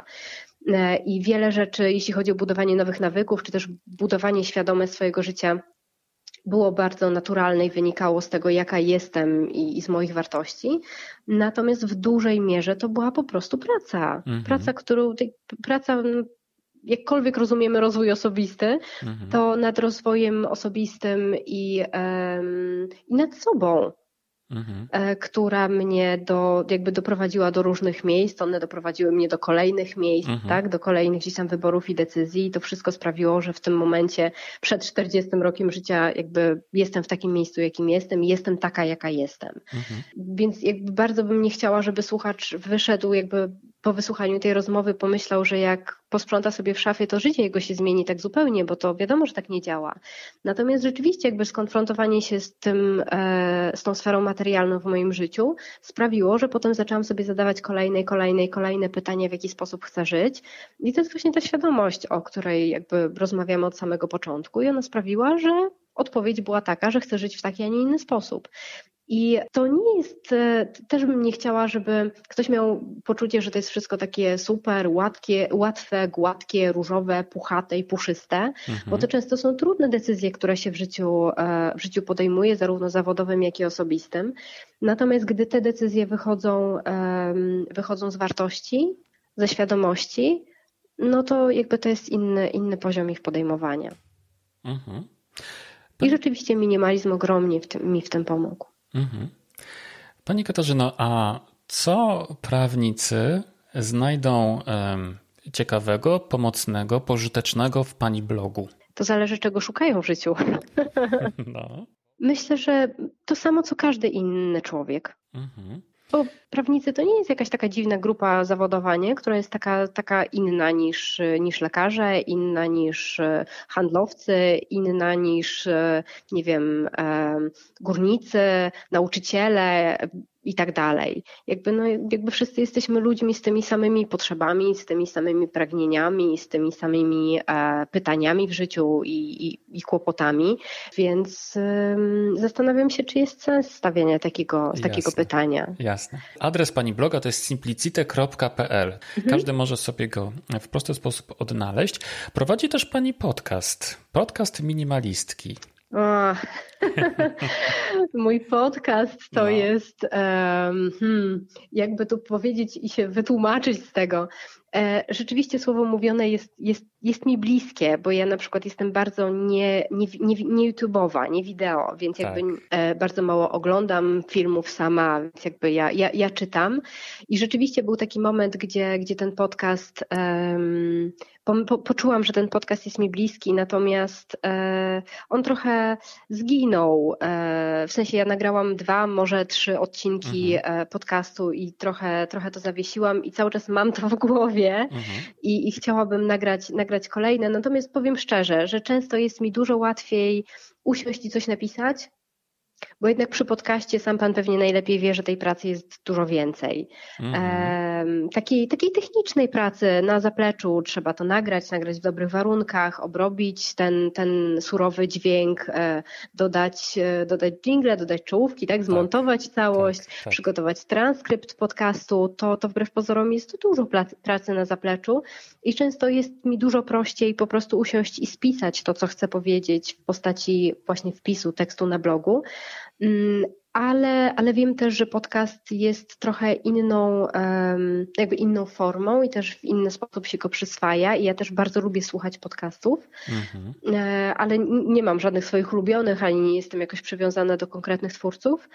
I wiele rzeczy, jeśli chodzi o budowanie nowych nawyków, czy też budowanie świadome swojego życia, było bardzo naturalne i wynikało z tego, jaka jestem i, i z moich wartości. Natomiast w dużej mierze to była po prostu praca. Mhm. Praca, którą, praca, jakkolwiek rozumiemy rozwój osobisty, mhm. to nad rozwojem osobistym i, um, i nad sobą. Mhm. która mnie do, jakby doprowadziła do różnych miejsc, one doprowadziły mnie do kolejnych miejsc, mhm. tak, do kolejnych gdzieś tam wyborów i decyzji i to wszystko sprawiło, że w tym momencie przed czterdziestym rokiem życia jakby jestem w takim miejscu, jakim jestem i jestem taka, jaka jestem. Mhm. Więc jakby bardzo bym nie chciała, żeby słuchacz wyszedł jakby po wysłuchaniu tej rozmowy pomyślał, że jak posprząta sobie w szafie, to życie jego się zmieni tak zupełnie, bo to wiadomo, że tak nie działa. Natomiast rzeczywiście jakby skonfrontowanie się z tym, z tą sferą materialną w moim życiu sprawiło, że potem zaczęłam sobie zadawać kolejne, kolejne, kolejne pytania, w jaki sposób chcę żyć. I to jest właśnie ta świadomość, o której jakby rozmawiamy od samego początku i ona sprawiła, że odpowiedź była taka, że chcę żyć w taki, a nie inny sposób. I to nie jest, też bym nie chciała, żeby ktoś miał poczucie, że to jest wszystko takie super, łatkie, łatwe, gładkie, różowe, puchate i puszyste, mhm. bo to często są trudne decyzje, które się w życiu, w życiu podejmuje, zarówno zawodowym, jak i osobistym. Natomiast gdy te decyzje wychodzą, wychodzą z wartości, ze świadomości, no to jakby to jest inny, inny poziom ich podejmowania. Mhm. I rzeczywiście minimalizm ogromnie w tym, mi w tym pomógł. Mhm. Pani Katarzyno, a co prawnicy znajdą um, ciekawego, pomocnego, pożytecznego w Pani blogu? To zależy, czego szukają w życiu. No. Myślę, że to samo, co każdy inny człowiek. Mhm. Bo prawnicy to nie jest jakaś taka dziwna grupa zawodowa, nie? Która jest taka, taka inna niż, niż lekarze, inna niż handlowcy, inna niż, nie wiem, górnicy, nauczyciele i tak dalej. Jakby, no, jakby wszyscy jesteśmy ludźmi z tymi samymi potrzebami, z tymi samymi pragnieniami, z tymi samymi e, pytaniami w życiu i, i, i kłopotami, więc ym, zastanawiam się, czy jest sens stawiania takiego, takiego pytania. Jasne. Adres Pani bloga to jest simplicite kropka p l. Mhm. Każdy może sobie go w prosty sposób odnaleźć. Prowadzi też Pani podcast, podcast minimalistki. O, mój podcast to no. jest, um, hmm, jakby tu powiedzieć i się wytłumaczyć z tego. E, rzeczywiście słowo mówione jest, jest, jest mi bliskie, bo ja na przykład jestem bardzo nie, nie, nie, nie YouTube'owa, nie wideo, więc jakby tak. e, bardzo mało oglądam filmów sama, więc jakby ja, ja, ja czytam. I rzeczywiście był taki moment, gdzie, gdzie ten podcast, um, po, po, poczułam, że ten podcast jest mi bliski, natomiast e, on trochę zginął. E, w sensie ja nagrałam dwa, może trzy odcinki mhm. e, podcastu i trochę, trochę to zawiesiłam i cały czas mam to w głowie. Mhm. I, i chciałabym nagrać, nagrać kolejne. Natomiast powiem szczerze, że często jest mi dużo łatwiej usiąść i coś napisać, bo jednak przy podcaście sam pan pewnie najlepiej wie, że tej pracy jest dużo więcej. Mhm. E, takiej, takiej technicznej pracy na zapleczu trzeba to nagrać, nagrać w dobrych warunkach, obrobić ten, ten surowy dźwięk, e, dodać, e, dodać dżingle, dodać czołówki, tak, zmontować tak, całość, tak, tak. przygotować transkrypt podcastu. To, to wbrew pozorom jest dużo pracy na zapleczu i często jest mi dużo prościej po prostu usiąść i spisać to, co chcę powiedzieć w postaci właśnie wpisu tekstu na blogu. Ale, ale wiem też, że podcast jest trochę inną, jakby inną formą i też w inny sposób się go przyswaja i ja też bardzo lubię słuchać podcastów, mhm. ale nie mam żadnych swoich ulubionych, ani nie jestem jakoś przywiązana do konkretnych twórców,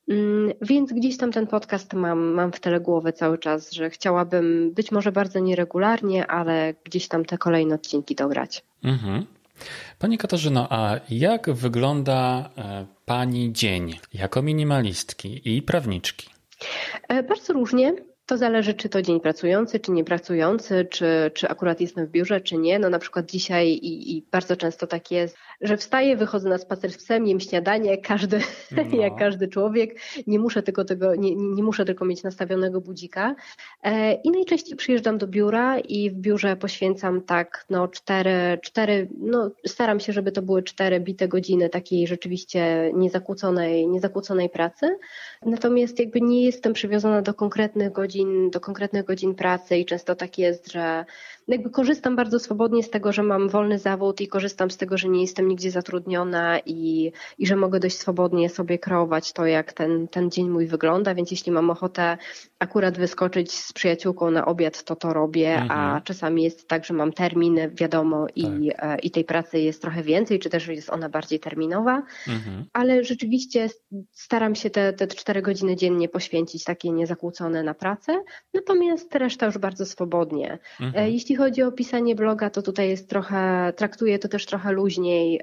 więc gdzieś tam ten podcast mam, mam w tyle głowy cały czas, że chciałabym być może bardzo nieregularnie, ale gdzieś tam te kolejne odcinki dograć. Mhm. Pani Katarzyno, a jak wygląda Pani dzień jako minimalistki i prawniczki? Bardzo różnie. To zależy, czy to dzień pracujący, czy niepracujący, czy, czy akurat jestem w biurze, czy nie. No na przykład dzisiaj i, i bardzo często tak jest, że wstaję, wychodzę na spacer z psem, jem śniadanie, każdy, no. jak każdy człowiek. Nie muszę tylko tego, nie, nie muszę tylko mieć nastawionego budzika. E, I najczęściej przyjeżdżam do biura i w biurze poświęcam tak no cztery, cztery, no staram się, żeby to były cztery bite godziny takiej rzeczywiście niezakłóconej, niezakłóconej pracy. Natomiast jakby nie jestem przywiązana do konkretnych godzin, do konkretnych godzin pracy i często tak jest, że jakby korzystam bardzo swobodnie z tego, że mam wolny zawód i korzystam z tego, że nie jestem nigdzie zatrudniona i, i że mogę dość swobodnie sobie kreować to, jak ten, ten dzień mój wygląda, więc jeśli mam ochotę akurat wyskoczyć z przyjaciółką na obiad, to to robię, mhm. a czasami jest tak, że mam terminy, wiadomo, i, tak. i tej pracy jest trochę więcej, czy też jest ona bardziej terminowa, mhm. ale rzeczywiście staram się te, te cztery godziny dziennie poświęcić takie niezakłócone na pracę, natomiast reszta już bardzo swobodnie. Mhm. Jeśli chodzi o pisanie bloga, to tutaj jest trochę, traktuję to też trochę luźniej,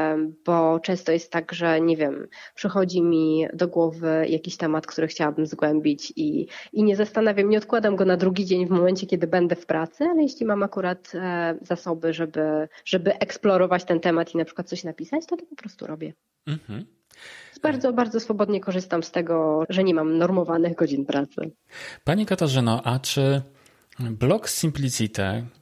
bo często jest tak, że nie wiem, przychodzi mi do głowy jakiś temat, który chciałabym zgłębić i, i nie zastanawiam, nie odkładam go na drugi dzień w momencie, kiedy będę w pracy, ale jeśli mam akurat zasoby, żeby, żeby eksplorować ten temat i na przykład coś napisać, to to po prostu robię. Mhm. Bardzo, bardzo swobodnie korzystam z tego, że nie mam normowanych godzin pracy. Pani Katarzyno, a czy blog Simplicity,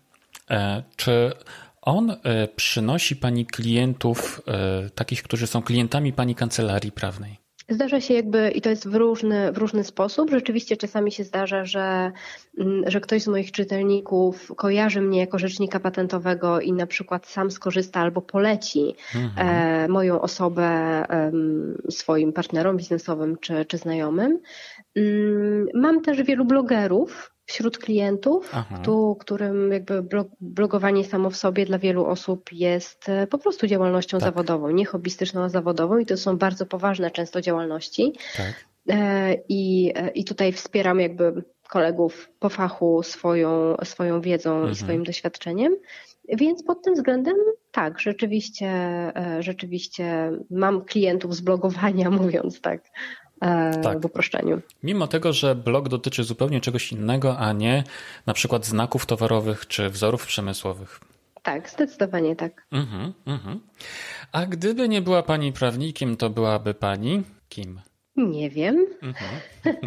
czy on przynosi Pani klientów, takich, którzy są klientami Pani kancelarii prawnej? Zdarza się jakby, i to jest w różny, w różny sposób. Rzeczywiście czasami się zdarza, że, że ktoś z moich czytelników kojarzy mnie jako rzecznika patentowego i na przykład sam skorzysta albo poleci mhm. e, moją osobę e, swoim partnerom biznesowym czy, czy znajomym. Mam też wielu blogerów wśród klientów, tu, którym jakby blogowanie samo w sobie dla wielu osób jest po prostu działalnością tak. zawodową, nie hobbystyczną, a zawodową i to są bardzo poważne często działalności. Tak. I, I tutaj wspieram jakby kolegów po fachu swoją, swoją wiedzą mhm. i swoim doświadczeniem. Więc pod tym względem tak, rzeczywiście, rzeczywiście mam klientów z blogowania, mówiąc tak. Tak. W uproszczeniu. Mimo tego, że blog dotyczy zupełnie czegoś innego, a nie na przykład znaków towarowych czy wzorów przemysłowych. Tak, zdecydowanie tak. Mhm, mhm. A gdyby nie była Pani prawnikiem, to byłaby Pani kim? Nie wiem. Mhm.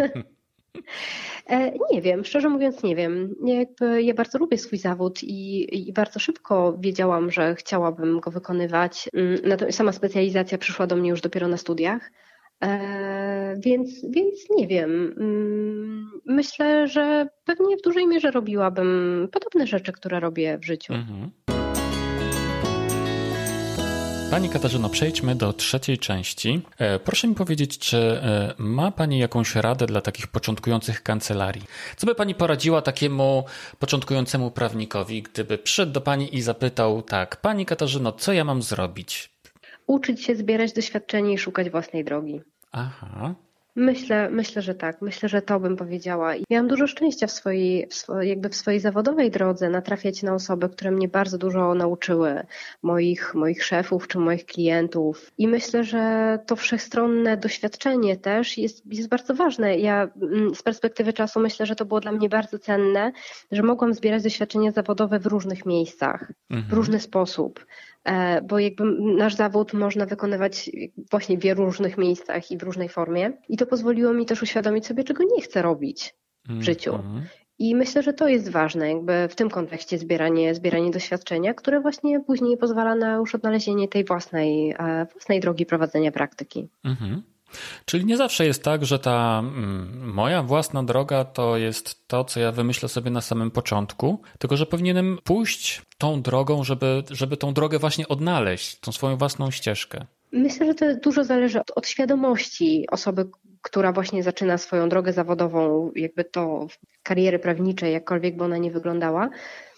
Nie wiem, szczerze mówiąc nie wiem. Jakby ja bardzo lubię swój zawód i, i bardzo szybko wiedziałam, że chciałabym go wykonywać. Sama specjalizacja przyszła do mnie już dopiero na studiach. E, więc, więc nie wiem. Myślę, że pewnie w dużej mierze robiłabym podobne rzeczy, które robię w życiu. Mhm. Pani Katarzyno, przejdźmy do trzeciej części. Proszę mi powiedzieć, czy ma Pani jakąś radę dla takich początkujących kancelarii? Co by Pani poradziła takiemu początkującemu prawnikowi, gdyby przyszedł do Pani i zapytał tak, Pani Katarzyno, co ja mam zrobić? Uczyć się, zbierać doświadczenie i szukać własnej drogi. Aha. Myślę, myślę, że tak. Myślę, że to bym powiedziała. I miałam dużo szczęścia w swojej, w swojej, jakby w swojej zawodowej drodze natrafiać na osoby, które mnie bardzo dużo nauczyły, moich, moich szefów czy moich klientów. I myślę, że to wszechstronne doświadczenie też jest, jest bardzo ważne. Ja z perspektywy czasu myślę, że to było dla mnie bardzo cenne, że mogłam zbierać doświadczenia zawodowe w różnych miejscach, mhm. w różny sposób. Bo jakby nasz zawód można wykonywać właśnie w wielu różnych miejscach i w różnej formie. I to pozwoliło mi też uświadomić sobie, czego nie chcę robić w życiu. Mm-hmm. I myślę, że to jest ważne, jakby w tym kontekście zbieranie, zbieranie doświadczenia, które właśnie później pozwala na już odnalezienie tej własnej, własnej drogi prowadzenia praktyki. Mm-hmm. Czyli nie zawsze jest tak, że ta mm, moja własna droga to jest to, co ja wymyślę sobie na samym początku, tylko że powinienem pójść tą drogą, żeby, żeby tą drogę właśnie odnaleźć, tą swoją własną ścieżkę. Myślę, że to dużo zależy od, od świadomości osoby, która właśnie zaczyna swoją drogę zawodową, jakby to kariery prawniczej, jakkolwiek by ona nie wyglądała.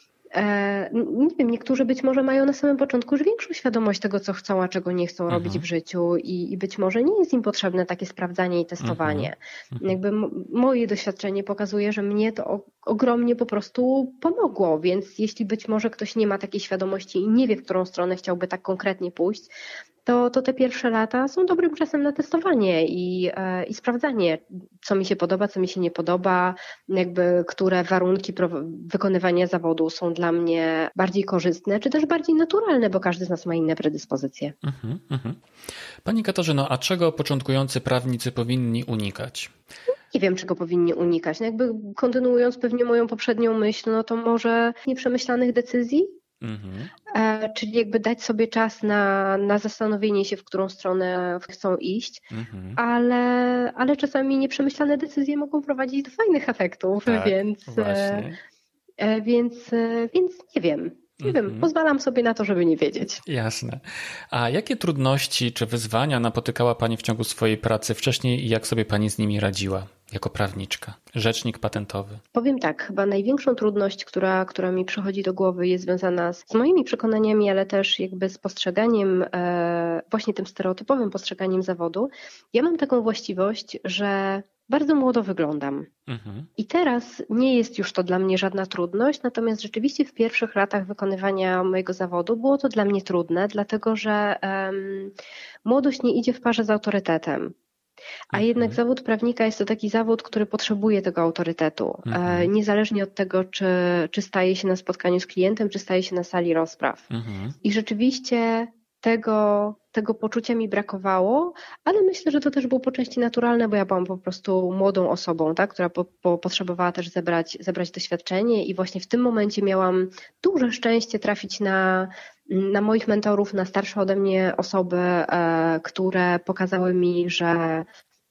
Nie wiem, niektórzy być może mają na samym początku już większą świadomość tego, co chcą, a czego nie chcą mhm. robić w życiu i, i być może nie jest im potrzebne takie sprawdzanie i testowanie. Mhm. Jakby m- moje doświadczenie pokazuje, że mnie to o- ogromnie po prostu pomogło, więc jeśli być może ktoś nie ma takiej świadomości i nie wie, w którą stronę chciałby tak konkretnie pójść, to, to te pierwsze lata są dobrym czasem na testowanie i, e, i sprawdzanie, co mi się podoba, co mi się nie podoba, jakby które warunki pro, wykonywania zawodu są dla mnie bardziej korzystne, czy też bardziej naturalne, bo każdy z nas ma inne predyspozycje. Mhm, mhm. Pani Katarzyno, a czego początkujący prawnicy powinni unikać? Nie wiem, czego powinni unikać. No jakby kontynuując pewnie moją poprzednią myśl, no to może nieprzemyślanych decyzji, Mhm. Czyli jakby dać sobie czas na, na zastanowienie się, w którą stronę chcą iść, mhm. ale, ale czasami nieprzemyślane decyzje mogą prowadzić do fajnych efektów, tak, więc, więc, więc nie wiem. Nie wiem, mhm. pozwalam sobie na to, żeby nie wiedzieć. Jasne. A jakie trudności czy wyzwania napotykała Pani w ciągu swojej pracy wcześniej i jak sobie Pani z nimi radziła jako prawniczka, rzecznik patentowy? Powiem tak, chyba największą trudność, która, która mi przychodzi do głowy, jest związana z, z moimi przekonaniami, ale też jakby z postrzeganiem, e, właśnie tym stereotypowym postrzeganiem zawodu. Ja mam taką właściwość, że bardzo młodo wyglądam. Mhm. I teraz nie jest już to dla mnie żadna trudność, natomiast rzeczywiście w pierwszych latach wykonywania mojego zawodu było to dla mnie trudne, dlatego że um, młodość nie idzie w parze z autorytetem. A mhm. jednak zawód prawnika jest to taki zawód, który potrzebuje tego autorytetu. Mhm. E, niezależnie od tego, czy, czy staje się na spotkaniu z klientem, czy staje się na sali rozpraw. Mhm. I rzeczywiście tego, tego poczucia mi brakowało, ale myślę, że to też było po części naturalne, bo ja byłam po prostu młodą osobą, tak, która po, po, potrzebowała też zebrać, zebrać doświadczenie i właśnie w tym momencie miałam duże szczęście trafić na, na moich mentorów, na starsze ode mnie osoby, e, które pokazały mi, że,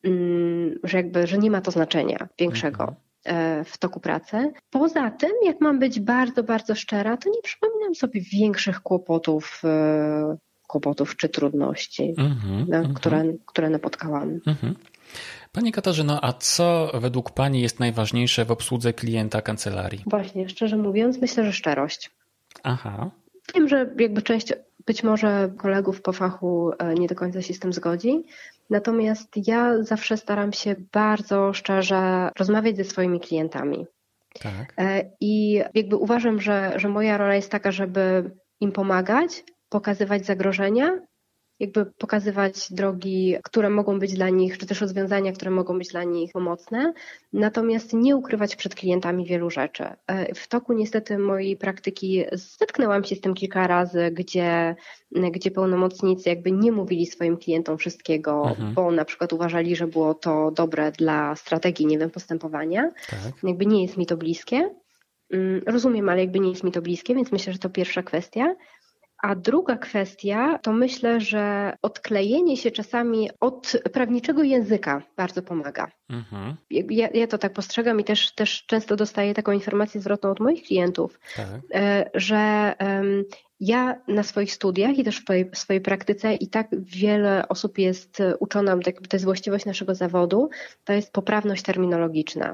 mm, że jakby, że nie ma to znaczenia większego. Mhm. w toku pracy. Poza tym, jak mam być bardzo, bardzo szczera, to nie przypominam sobie większych kłopotów, kłopotów czy trudności, mm-hmm, na, mm-hmm. które, które napotkałam. Mm-hmm. Pani Katarzyno, a co według Pani jest najważniejsze w obsłudze klienta kancelarii? Właśnie, szczerze mówiąc, myślę, że szczerość. Aha. Wiem, że jakby część być może kolegów po fachu nie do końca się z tym zgodzi, natomiast ja zawsze staram się bardzo szczerze rozmawiać ze swoimi klientami. Tak. I jakby uważam, że, że moja rola jest taka, żeby im pomagać, pokazywać zagrożenia, jakby pokazywać drogi, które mogą być dla nich, czy też rozwiązania, które mogą być dla nich pomocne, natomiast nie ukrywać przed klientami wielu rzeczy. W toku niestety mojej praktyki zetknęłam się z tym kilka razy, gdzie, gdzie pełnomocnicy jakby nie mówili swoim klientom wszystkiego, mhm. bo na przykład uważali, że było to dobre dla strategii, nie wiem, postępowania. Tak. Jakby nie jest mi to bliskie. Rozumiem, ale jakby nie jest mi to bliskie, więc myślę, że to pierwsza kwestia. A druga kwestia to myślę, że odklejenie się czasami od prawniczego języka bardzo pomaga. Mhm. Ja, ja to tak postrzegam i też, też często dostaję taką informację zwrotną od moich klientów, tak. że um, ja na swoich studiach i też w swojej, w swojej praktyce i tak wiele osób jest uczona, to jest właściwość naszego zawodu, to jest poprawność terminologiczna.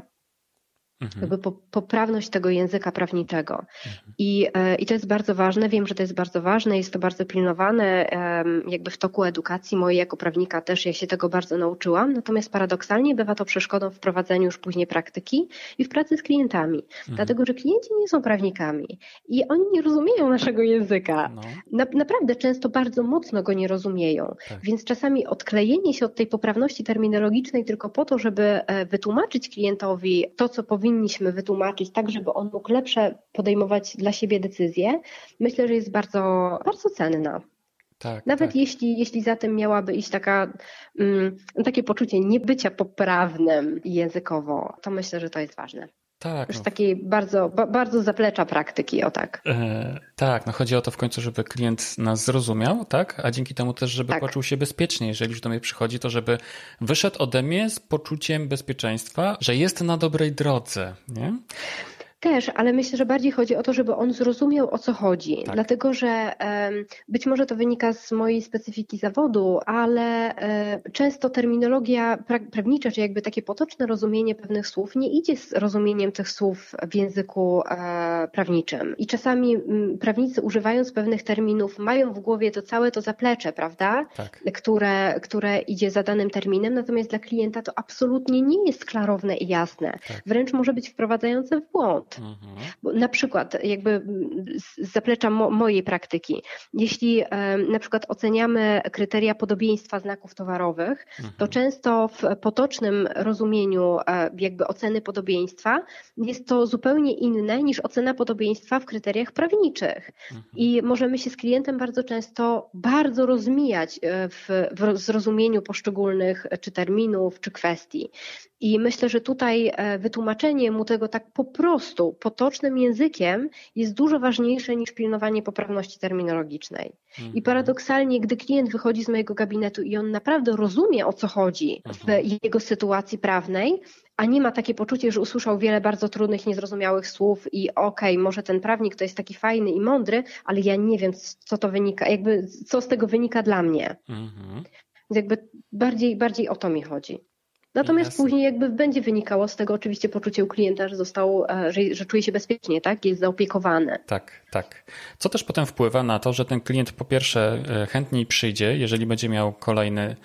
Mhm. Jakby poprawność tego języka prawniczego. Mhm. I, I to jest bardzo ważne. Wiem, że to jest bardzo ważne, jest to bardzo pilnowane. Jakby w toku edukacji mojej jako prawnika też ja się tego bardzo nauczyłam. Natomiast paradoksalnie bywa to przeszkodą w prowadzeniu już później praktyki i w pracy z klientami. Mhm. Dlatego, że klienci nie są prawnikami i oni nie rozumieją naszego języka. No. Na, naprawdę często bardzo mocno go nie rozumieją. Tak. Więc czasami odklejenie się od tej poprawności terminologicznej tylko po to, żeby wytłumaczyć klientowi to, co powinniśmy wytłumaczyć tak, żeby on mógł lepsze podejmować dla siebie decyzje, myślę, że jest bardzo, bardzo cenna. Tak, Nawet tak. Jeśli, jeśli za tym miałaby iść taka, um, takie poczucie niebycia poprawnym językowo, to myślę, że to jest ważne. Tak, Już no. takiej bardzo, ba, bardzo zaplecza praktyki, o tak. E, tak, no chodzi o to w końcu, żeby klient nas zrozumiał, tak? A dzięki temu też, żeby tak. poczuł się bezpiecznie. Jeżeli już do mnie przychodzi, to żeby wyszedł ode mnie z poczuciem bezpieczeństwa, że jest na dobrej drodze, nie? Też, ale myślę, że bardziej chodzi o to, żeby on zrozumiał, o co chodzi. Tak. Dlatego, że um, być może to wynika z mojej specyfiki zawodu, ale um, często terminologia pra- prawnicza, czy jakby takie potoczne rozumienie pewnych słów nie idzie z rozumieniem tych słów w języku um, prawniczym. I czasami um, prawnicy używając pewnych terminów mają w głowie to całe to zaplecze, prawda? Tak. Które, które idzie za danym terminem, natomiast dla klienta to absolutnie nie jest klarowne i jasne. Tak. Wręcz może być wprowadzające w błąd. Mhm. Bo na przykład jakby z zaplecza mo mojej praktyki, jeśli e, na przykład oceniamy kryteria podobieństwa znaków towarowych, mhm. to często w potocznym rozumieniu e, jakby oceny podobieństwa jest to zupełnie inne niż ocena podobieństwa w kryteriach prawniczych. Mhm. I możemy się z klientem bardzo często bardzo rozmijać w, w zrozumieniu poszczególnych czy terminów, czy kwestii. I myślę, że tutaj wytłumaczenie mu tego tak po prostu potocznym językiem jest dużo ważniejsze niż pilnowanie poprawności terminologicznej. Mhm. I paradoksalnie, gdy klient wychodzi z mojego gabinetu i on naprawdę rozumie, o co chodzi mhm. w jego sytuacji prawnej, a nie ma takie poczucie, że usłyszał wiele bardzo trudnych, niezrozumiałych słów i okej, okay, może ten prawnik to jest taki fajny i mądry, ale ja nie wiem, co to wynika, jakby co z tego wynika dla mnie. Mhm. Więc jakby bardziej, bardziej o to mi chodzi. Natomiast Jasne. Później jakby będzie wynikało z tego oczywiście poczucie u klienta, że został, że, że czuje się bezpiecznie, tak? Jest zaopiekowany. Tak, tak. Co też potem wpływa na to, że ten klient po pierwsze chętniej przyjdzie, jeżeli będzie miał kolejny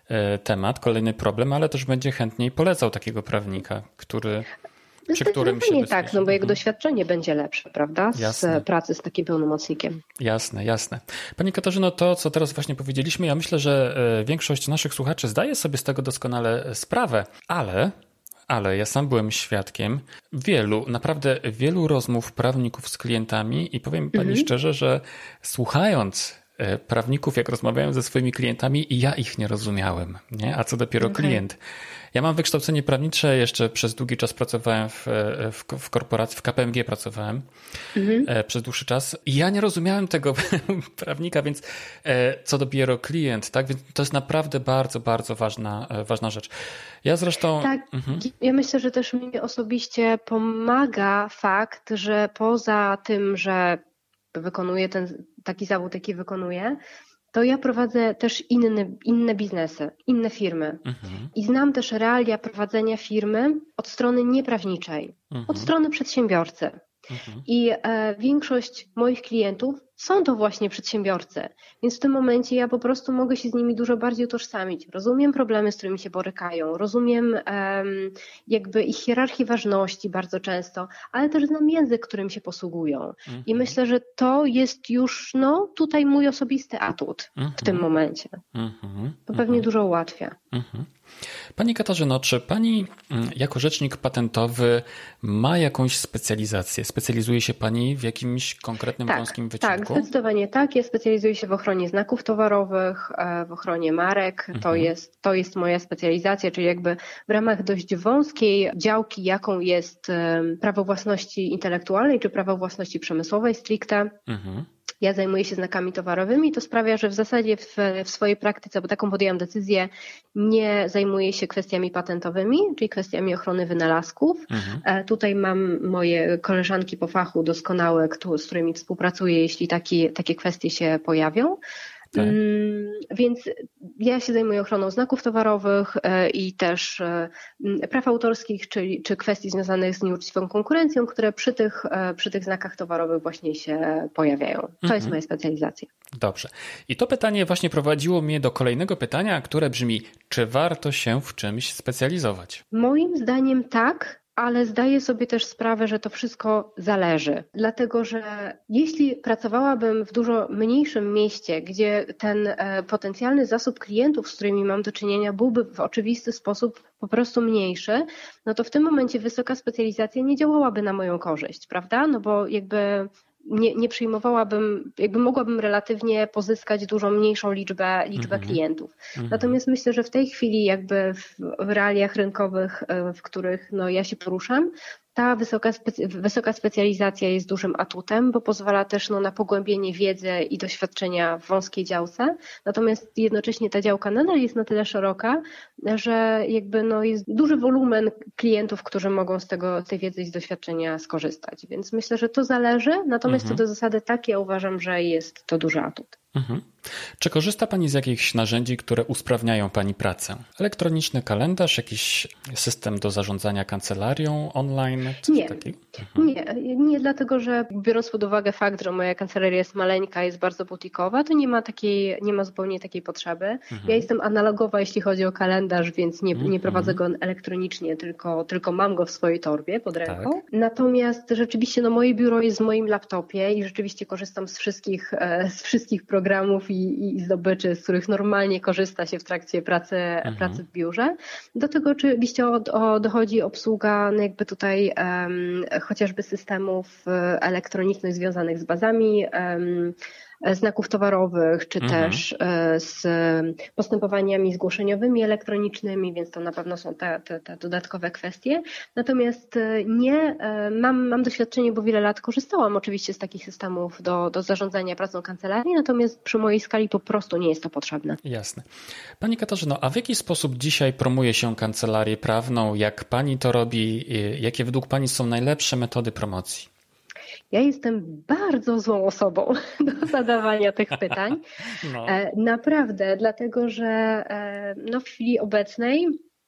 temat, kolejny problem, ale też będzie chętniej polecał takiego prawnika, który... przy którym się tak, no bo jego doświadczenie będzie lepsze, prawda? Z jasne. Pracy z takim pełnomocnikiem. Jasne, jasne. Pani Katarzyno, to co teraz właśnie powiedzieliśmy, ja myślę, że większość naszych słuchaczy zdaje sobie z tego doskonale sprawę, ale, ale ja sam byłem świadkiem wielu, naprawdę wielu rozmów prawników z klientami i powiem pani mhm. szczerze, że słuchając prawników, jak rozmawiają ze swoimi klientami, ja ich nie rozumiałem, nie? A co dopiero okay. klient. Ja mam wykształcenie prawnicze, jeszcze przez długi czas pracowałem w, w, w korporacji, w K P M G pracowałem mhm. przez dłuższy czas i ja nie rozumiałem tego prawnika, więc co dopiero klient, tak? Więc to jest naprawdę bardzo, bardzo ważna, ważna rzecz. Ja zresztą... Tak, mhm. ja myślę, że też mnie osobiście pomaga fakt, że poza tym, że wykonuję ten taki zawód, jaki wykonuję, to ja prowadzę też inne, inne biznesy, inne firmy. Mhm. I znam też realia prowadzenia firmy od strony nieprawniczej, mhm. od strony przedsiębiorcy. Mhm. I e, większość moich klientów są to właśnie przedsiębiorcy, więc w tym momencie ja po prostu mogę się z nimi dużo bardziej utożsamić. Rozumiem problemy, z którymi się borykają, rozumiem um, jakby ich hierarchię ważności bardzo często, ale też znam język, którym się posługują. Mhm. I myślę, że to jest już no tutaj mój osobisty atut mhm. w tym momencie. Mhm. To pewnie mhm. dużo ułatwia. Mhm. Pani Katarzyno, czy pani jako rzecznik patentowy ma jakąś specjalizację? Specjalizuje się pani w jakimś konkretnym tak, wąskim wycinku? Tak, zdecydowanie tak. Ja specjalizuję się w ochronie znaków towarowych, w ochronie marek. Mhm. To jest, to jest moja specjalizacja, czyli jakby w ramach dość wąskiej działki, jaką jest prawo własności intelektualnej czy prawo własności przemysłowej stricte. Mhm. ja zajmuję się znakami towarowymi, to sprawia, że w zasadzie w, w swojej praktyce, bo taką podjęłam decyzję, nie zajmuję się kwestiami patentowymi, czyli kwestiami ochrony wynalazków. Mhm. Tutaj mam moje koleżanki po fachu doskonałe, z którymi współpracuję, jeśli taki, takie kwestie się pojawią. Tak. Więc ja się zajmuję ochroną znaków towarowych i też praw autorskich, czyli, czy kwestii związanych z nieuczciwą konkurencją, które przy tych, przy tych znakach towarowych właśnie się pojawiają. To mhm. jest moja specjalizacja. Dobrze. I to pytanie właśnie prowadziło mnie do kolejnego pytania, które brzmi, czy warto się w czymś specjalizować? Moim zdaniem tak. Ale zdaję sobie też sprawę, że to wszystko zależy. Dlatego, że jeśli pracowałabym w dużo mniejszym mieście, gdzie ten potencjalny zasób klientów, z którymi mam do czynienia, byłby w oczywisty sposób po prostu mniejszy, no to w tym momencie wysoka specjalizacja nie działałaby na moją korzyść, prawda? No bo jakby nie, nie przyjmowałabym, jakby mogłabym relatywnie pozyskać dużo mniejszą liczbę, liczbę mm-hmm. klientów. Mm-hmm. Natomiast myślę, że w tej chwili jakby w, w realiach rynkowych, w których no, ja się poruszam, ta wysoka, specy- wysoka specjalizacja jest dużym atutem, bo pozwala też no, na pogłębienie wiedzy i doświadczenia w wąskiej działce. Natomiast jednocześnie ta działka nadal jest na tyle szeroka, że jakby no, jest duży wolumen klientów, którzy mogą z tego, tej wiedzy i z doświadczenia skorzystać. Więc myślę, że to zależy. Natomiast mhm. co do zasady tak, ja uważam, że jest to duży atut. Mhm. Czy korzysta Pani z jakichś narzędzi, które usprawniają Pani pracę? Elektroniczny kalendarz, jakiś system do zarządzania kancelarią online? Coś nie, takiego? Mhm. nie, nie dlatego, że biorąc pod uwagę fakt, że moja kancelaria jest maleńka, jest bardzo butikowa, to nie ma takiej, nie ma zupełnie takiej potrzeby. Mhm. Ja jestem analogowa, jeśli chodzi o kalendarz, więc nie, nie prowadzę go elektronicznie, tylko, tylko mam go w swojej torbie pod ręką. Tak. Natomiast rzeczywiście no, moje biuro jest w moim laptopie i rzeczywiście korzystam z wszystkich, z wszystkich programów i, i zdobyczy, z których normalnie korzysta się w trakcie pracy, mhm. pracy w biurze. Do tego oczywiście o, o, dochodzi obsługa no jakby tutaj um, chociażby systemów elektronicznych związanych z bazami um, znaków towarowych, czy mhm. też z postępowaniami zgłoszeniowymi elektronicznymi, więc to na pewno są te, te, te dodatkowe kwestie. Natomiast nie, mam, mam doświadczenie, bo wiele lat korzystałam oczywiście z takich systemów do, do zarządzania pracą kancelarii, natomiast przy mojej skali po prostu nie jest to potrzebne. Jasne. Pani Katarzyno, a w jaki sposób dzisiaj promuje się kancelarię prawną? Jak Pani to robi? Jakie według Pani są najlepsze metody promocji? Ja jestem bardzo złą osobą do zadawania tych pytań. No. Naprawdę, dlatego że no, w chwili obecnej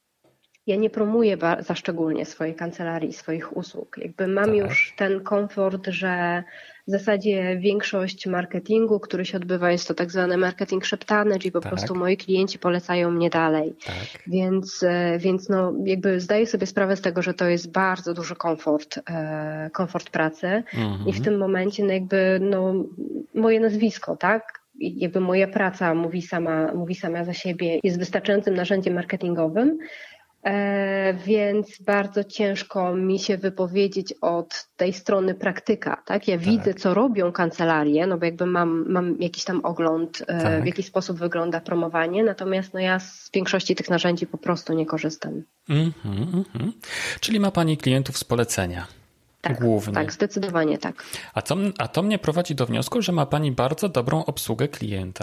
ja nie promuję za szczególnie swojej kancelarii, swoich usług. Jakby mam tak. już ten komfort, że w zasadzie większość marketingu, który się odbywa, jest to tak zwany marketing szeptany, czyli po tak. prostu moi klienci polecają mnie dalej. Tak. Więc, więc no jakby zdaję sobie sprawę z tego, że to jest bardzo duży komfort, komfort pracy mhm. i w tym momencie no jakby no moje nazwisko, tak? Jakby moja praca mówi sama, mówi sama za siebie, jest wystarczającym narzędziem marketingowym. E, więc bardzo ciężko mi się wypowiedzieć od tej strony praktyka, tak? Ja tak. widzę, co robią kancelarie, no bo jakby mam, mam jakiś tam ogląd, tak. e, w jaki sposób wygląda promowanie, natomiast no ja z większości tych narzędzi po prostu nie korzystam. Mm-hmm, mm-hmm. Czyli ma Pani klientów z polecenia? Tak, głównie. Tak, zdecydowanie tak. A to, a to mnie prowadzi do wniosku, że ma Pani bardzo dobrą obsługę klienta.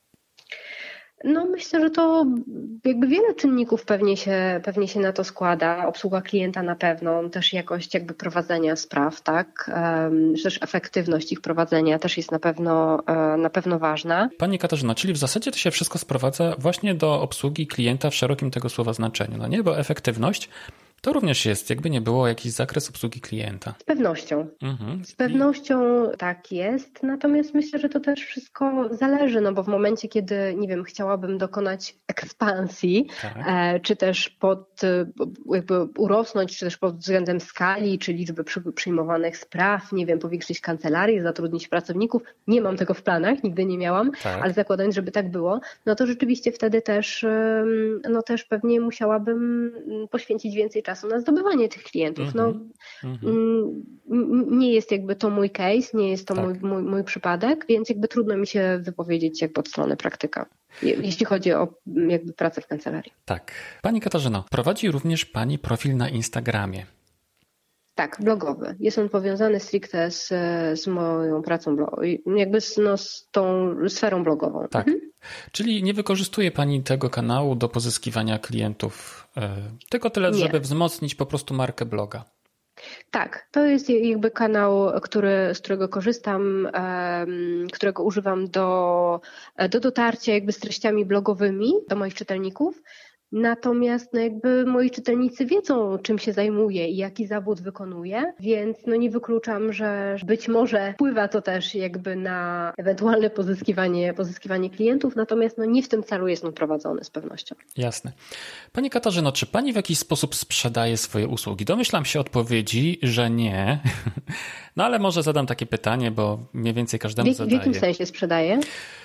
No myślę, że to jakby wiele czynników pewnie się, pewnie się na to składa. Obsługa klienta na pewno, też jakość jakby prowadzenia spraw, tak? Um, też efektywność ich prowadzenia też jest na pewno, na pewno ważna. Pani Katarzyna, czyli w zasadzie to się wszystko sprowadza właśnie do obsługi klienta w szerokim tego słowa znaczeniu, no nie? Bo efektywność to również jest, jakby nie było, jakiś zakres obsługi klienta. Z pewnością. Mhm. Z pewnością tak jest, natomiast myślę, że to też wszystko zależy, no bo w momencie, kiedy, nie wiem, chciałabym dokonać ekspansji, tak. e, czy też pod, jakby urosnąć, czy też pod względem skali, czy liczby przy, przyjmowanych spraw, nie wiem, powiększyć kancelarię, zatrudnić pracowników, nie mam tego w planach, nigdy nie miałam, tak. ale zakładając, żeby tak było, no to rzeczywiście wtedy też, no też pewnie musiałabym poświęcić więcej czasu na zdobywanie tych klientów. No, mm-hmm. nie jest jakby to mój case, nie jest to tak. mój, mój, mój przypadek, więc jakby trudno mi się wypowiedzieć jakby od strony praktyka, jeśli chodzi o jakby pracę w kancelarii. Tak. Pani Katarzyno, prowadzi również Pani profil na Instagramie. Tak, blogowy. Jest on powiązany stricte z, z moją pracą, jakby z, no, z tą sferą blogową. Tak. Mhm. Czyli nie wykorzystuje Pani tego kanału do pozyskiwania klientów, tylko tyle, nie. żeby wzmocnić po prostu markę bloga. Tak, to jest jakby kanał, który, z którego korzystam, którego używam do, do dotarcia jakby z treściami blogowymi do moich czytelników. Natomiast no jakby moi czytelnicy wiedzą, czym się zajmuję i jaki zawód wykonuję, więc no nie wykluczam, że być może wpływa to też jakby na ewentualne pozyskiwanie, pozyskiwanie klientów, natomiast no nie w tym celu jest on prowadzony z pewnością. Jasne. Pani Katarzyno, czy Pani w jakiś sposób sprzedaje swoje usługi? Domyślam się odpowiedzi, że nie, no ale może zadam takie pytanie, bo mniej więcej każdemu w, zadaję. W jakim sensie sprzedaję?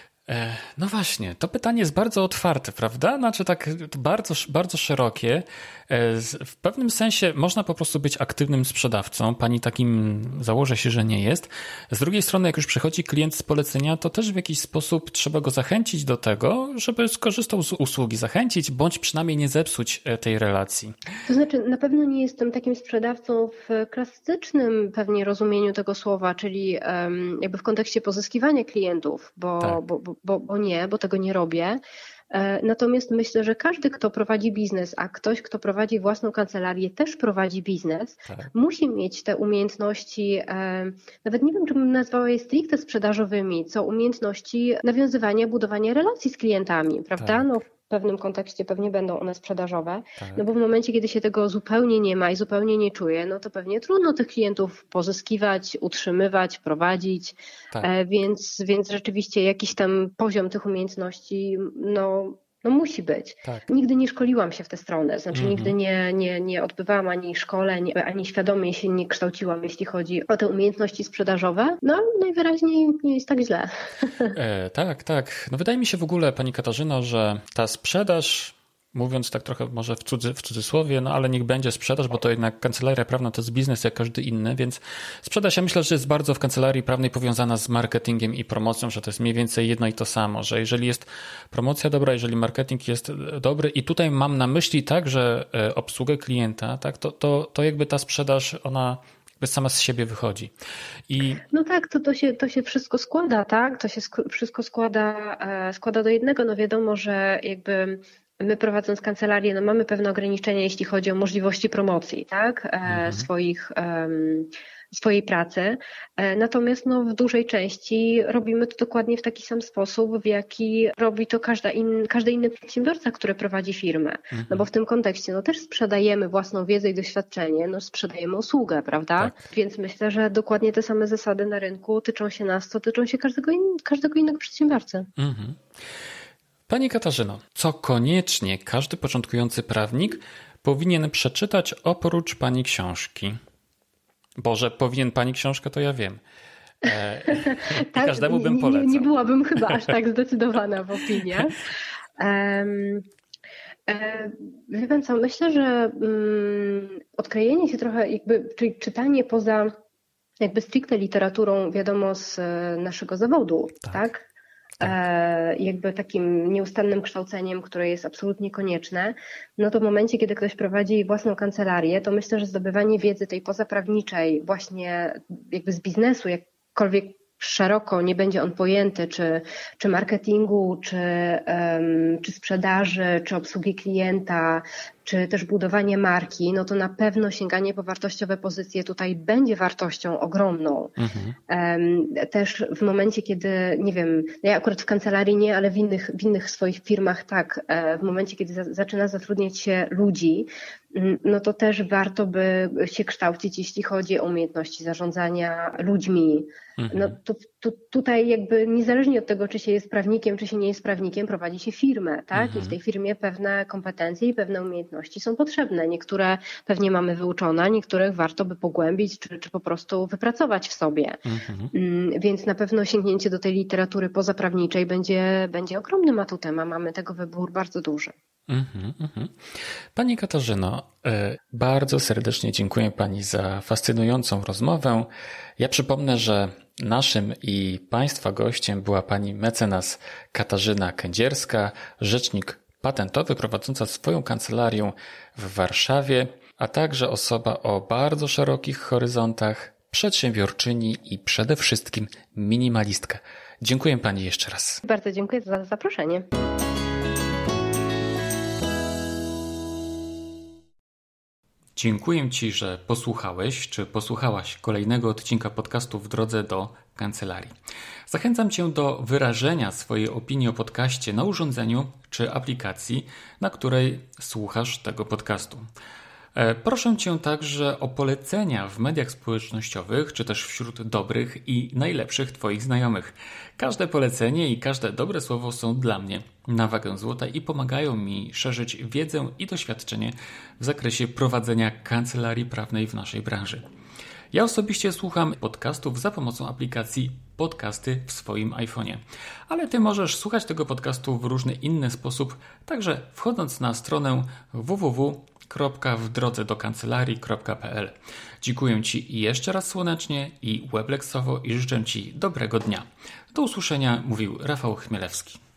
No właśnie, to pytanie jest bardzo otwarte, prawda? Znaczy tak bardzo, bardzo szerokie. W pewnym sensie można po prostu być aktywnym sprzedawcą. Pani takim założę się, że nie jest. Z drugiej strony, jak już przychodzi klient z polecenia, to też w jakiś sposób trzeba go zachęcić do tego, żeby skorzystał z usługi. Zachęcić, bądź przynajmniej nie zepsuć tej relacji. To znaczy, na pewno nie jestem takim sprzedawcą w klasycznym pewnie rozumieniu tego słowa, czyli jakby w kontekście pozyskiwania klientów, bo, tak. bo, bo, bo, bo nie, bo tego nie robię. Natomiast myślę, że każdy, kto prowadzi biznes, a ktoś, kto prowadzi własną kancelarię, też prowadzi biznes, tak. musi mieć te umiejętności, nawet nie wiem, czy bym nazwała je stricte sprzedażowymi, co umiejętności nawiązywania, budowania relacji z klientami, prawda? Tak. No, w pewnym kontekście pewnie będą one sprzedażowe, tak. no bo w momencie, kiedy się tego zupełnie nie ma i zupełnie nie czuje, no to pewnie trudno tych klientów pozyskiwać, utrzymywać, prowadzić, tak. e, więc, więc rzeczywiście jakiś tam poziom tych umiejętności, no, no musi być. Tak. Nigdy nie szkoliłam się w tę stronę, znaczy mm-hmm. nigdy nie, nie, nie odbywałam ani szkoleń, ani świadomie się nie kształciłam, jeśli chodzi o te umiejętności sprzedażowe, no najwyraźniej nie jest tak źle. E, tak, tak. No wydaje mi się w ogóle, Pani Katarzyno, że ta sprzedaż, mówiąc tak trochę może w, cudzy, w cudzysłowie, no ale niech będzie sprzedaż, bo to jednak kancelaria prawna to jest biznes jak każdy inny, więc sprzedaż ja myślę, że jest bardzo w kancelarii prawnej powiązana z marketingiem i promocją, że to jest mniej więcej jedno i to samo, że jeżeli jest promocja dobra, jeżeli marketing jest dobry i tutaj mam na myśli także obsługę klienta, tak, to, to, to jakby ta sprzedaż, ona jakby sama z siebie wychodzi. I... No tak, to, to, się, to się wszystko składa, tak, to się sk- wszystko składa, e, składa do jednego, no wiadomo, że jakby my prowadząc kancelarię, no mamy pewne ograniczenia, jeśli chodzi o możliwości promocji, tak, e, mhm. swoich, e, swojej pracy. E, natomiast no, w dużej części robimy to dokładnie w taki sam sposób, w jaki robi to każda in, każdy inny przedsiębiorca, który prowadzi firmę. Mhm. No bo w tym kontekście no, też sprzedajemy własną wiedzę i doświadczenie, no sprzedajemy usługę, prawda? Tak. Więc myślę, że dokładnie te same zasady na rynku tyczą się nas, co tyczą się każdego, in, każdego innego przedsiębiorcy. Mhm. Pani Katarzyno, co koniecznie każdy początkujący prawnik powinien przeczytać oprócz Pani książki? Boże, powinien Pani książkę, to ja wiem. E, tak, każdemu bym polecał. Nie, nie byłabym chyba aż tak zdecydowana w opiniach. Um, e, wie Pan co, myślę, że um, odklejenie się trochę, jakby, czyli czytanie poza jakby stricte literaturą, wiadomo, z naszego zawodu, tak? tak? Tak. Jakby takim nieustannym kształceniem, które jest absolutnie konieczne, no to w momencie, kiedy ktoś prowadzi własną kancelarię, to myślę, że zdobywanie wiedzy tej pozaprawniczej właśnie jakby z biznesu, jakkolwiek szeroko nie będzie on pojęty, czy, czy marketingu, czy, um, czy sprzedaży, czy obsługi klienta, czy też budowanie marki, no to na pewno sięganie po wartościowe pozycje tutaj będzie wartością ogromną. Mhm. Um, też w momencie, kiedy, nie wiem, ja akurat w kancelarii nie, ale w innych, w innych swoich firmach tak, w momencie, kiedy za, zaczyna zatrudniać się ludzi, no to też warto by się kształcić, jeśli chodzi o umiejętności zarządzania ludźmi. Mhm. No to, to tutaj jakby niezależnie od tego, czy się jest prawnikiem, czy się nie jest prawnikiem, prowadzi się firmę, tak? Mhm. I w tej firmie pewne kompetencje i pewne umiejętności są potrzebne. Niektóre pewnie mamy wyuczone, niektórych warto by pogłębić, czy, czy po prostu wypracować w sobie. Mhm. Więc na pewno sięgnięcie do tej literatury pozaprawniczej będzie, będzie ogromnym atutem, a mamy tego wybór bardzo duży. Mm-hmm, mm-hmm. Pani Katarzyno, bardzo serdecznie dziękuję Pani za fascynującą rozmowę. Ja przypomnę, że naszym i Państwa gościem była Pani mecenas Katarzyna Kędzierska, rzecznik patentowy prowadząca swoją kancelarię w Warszawie. a także osoba o bardzo szerokich horyzontach, przedsiębiorczyni i przede wszystkim minimalistka. Dziękuję Pani jeszcze raz. Bardzo dziękuję za zaproszenie. Dziękuję Ci, że posłuchałeś czy posłuchałaś kolejnego odcinka podcastu W drodze do kancelarii. Zachęcam Cię do wyrażenia swojej opinii o podcaście na urządzeniu czy aplikacji, na której słuchasz tego podcastu. Proszę Cię także o polecenia w mediach społecznościowych, czy też wśród dobrych i najlepszych Twoich znajomych. Każde polecenie i każde dobre słowo są dla mnie na wagę złota i pomagają mi szerzyć wiedzę i doświadczenie w zakresie prowadzenia kancelarii prawnej w naszej branży. Ja osobiście słucham podcastów za pomocą aplikacji Podcasty w swoim iPhonie. Ale Ty możesz słuchać tego podcastu w różny inny sposób, także wchodząc na stronę w w w kropka w drodze do kancelarii kropka p l. Dziękuję Ci jeszcze raz słonecznie i webleksowo i życzę Ci dobrego dnia. Do usłyszenia, mówił Rafał Chmielewski.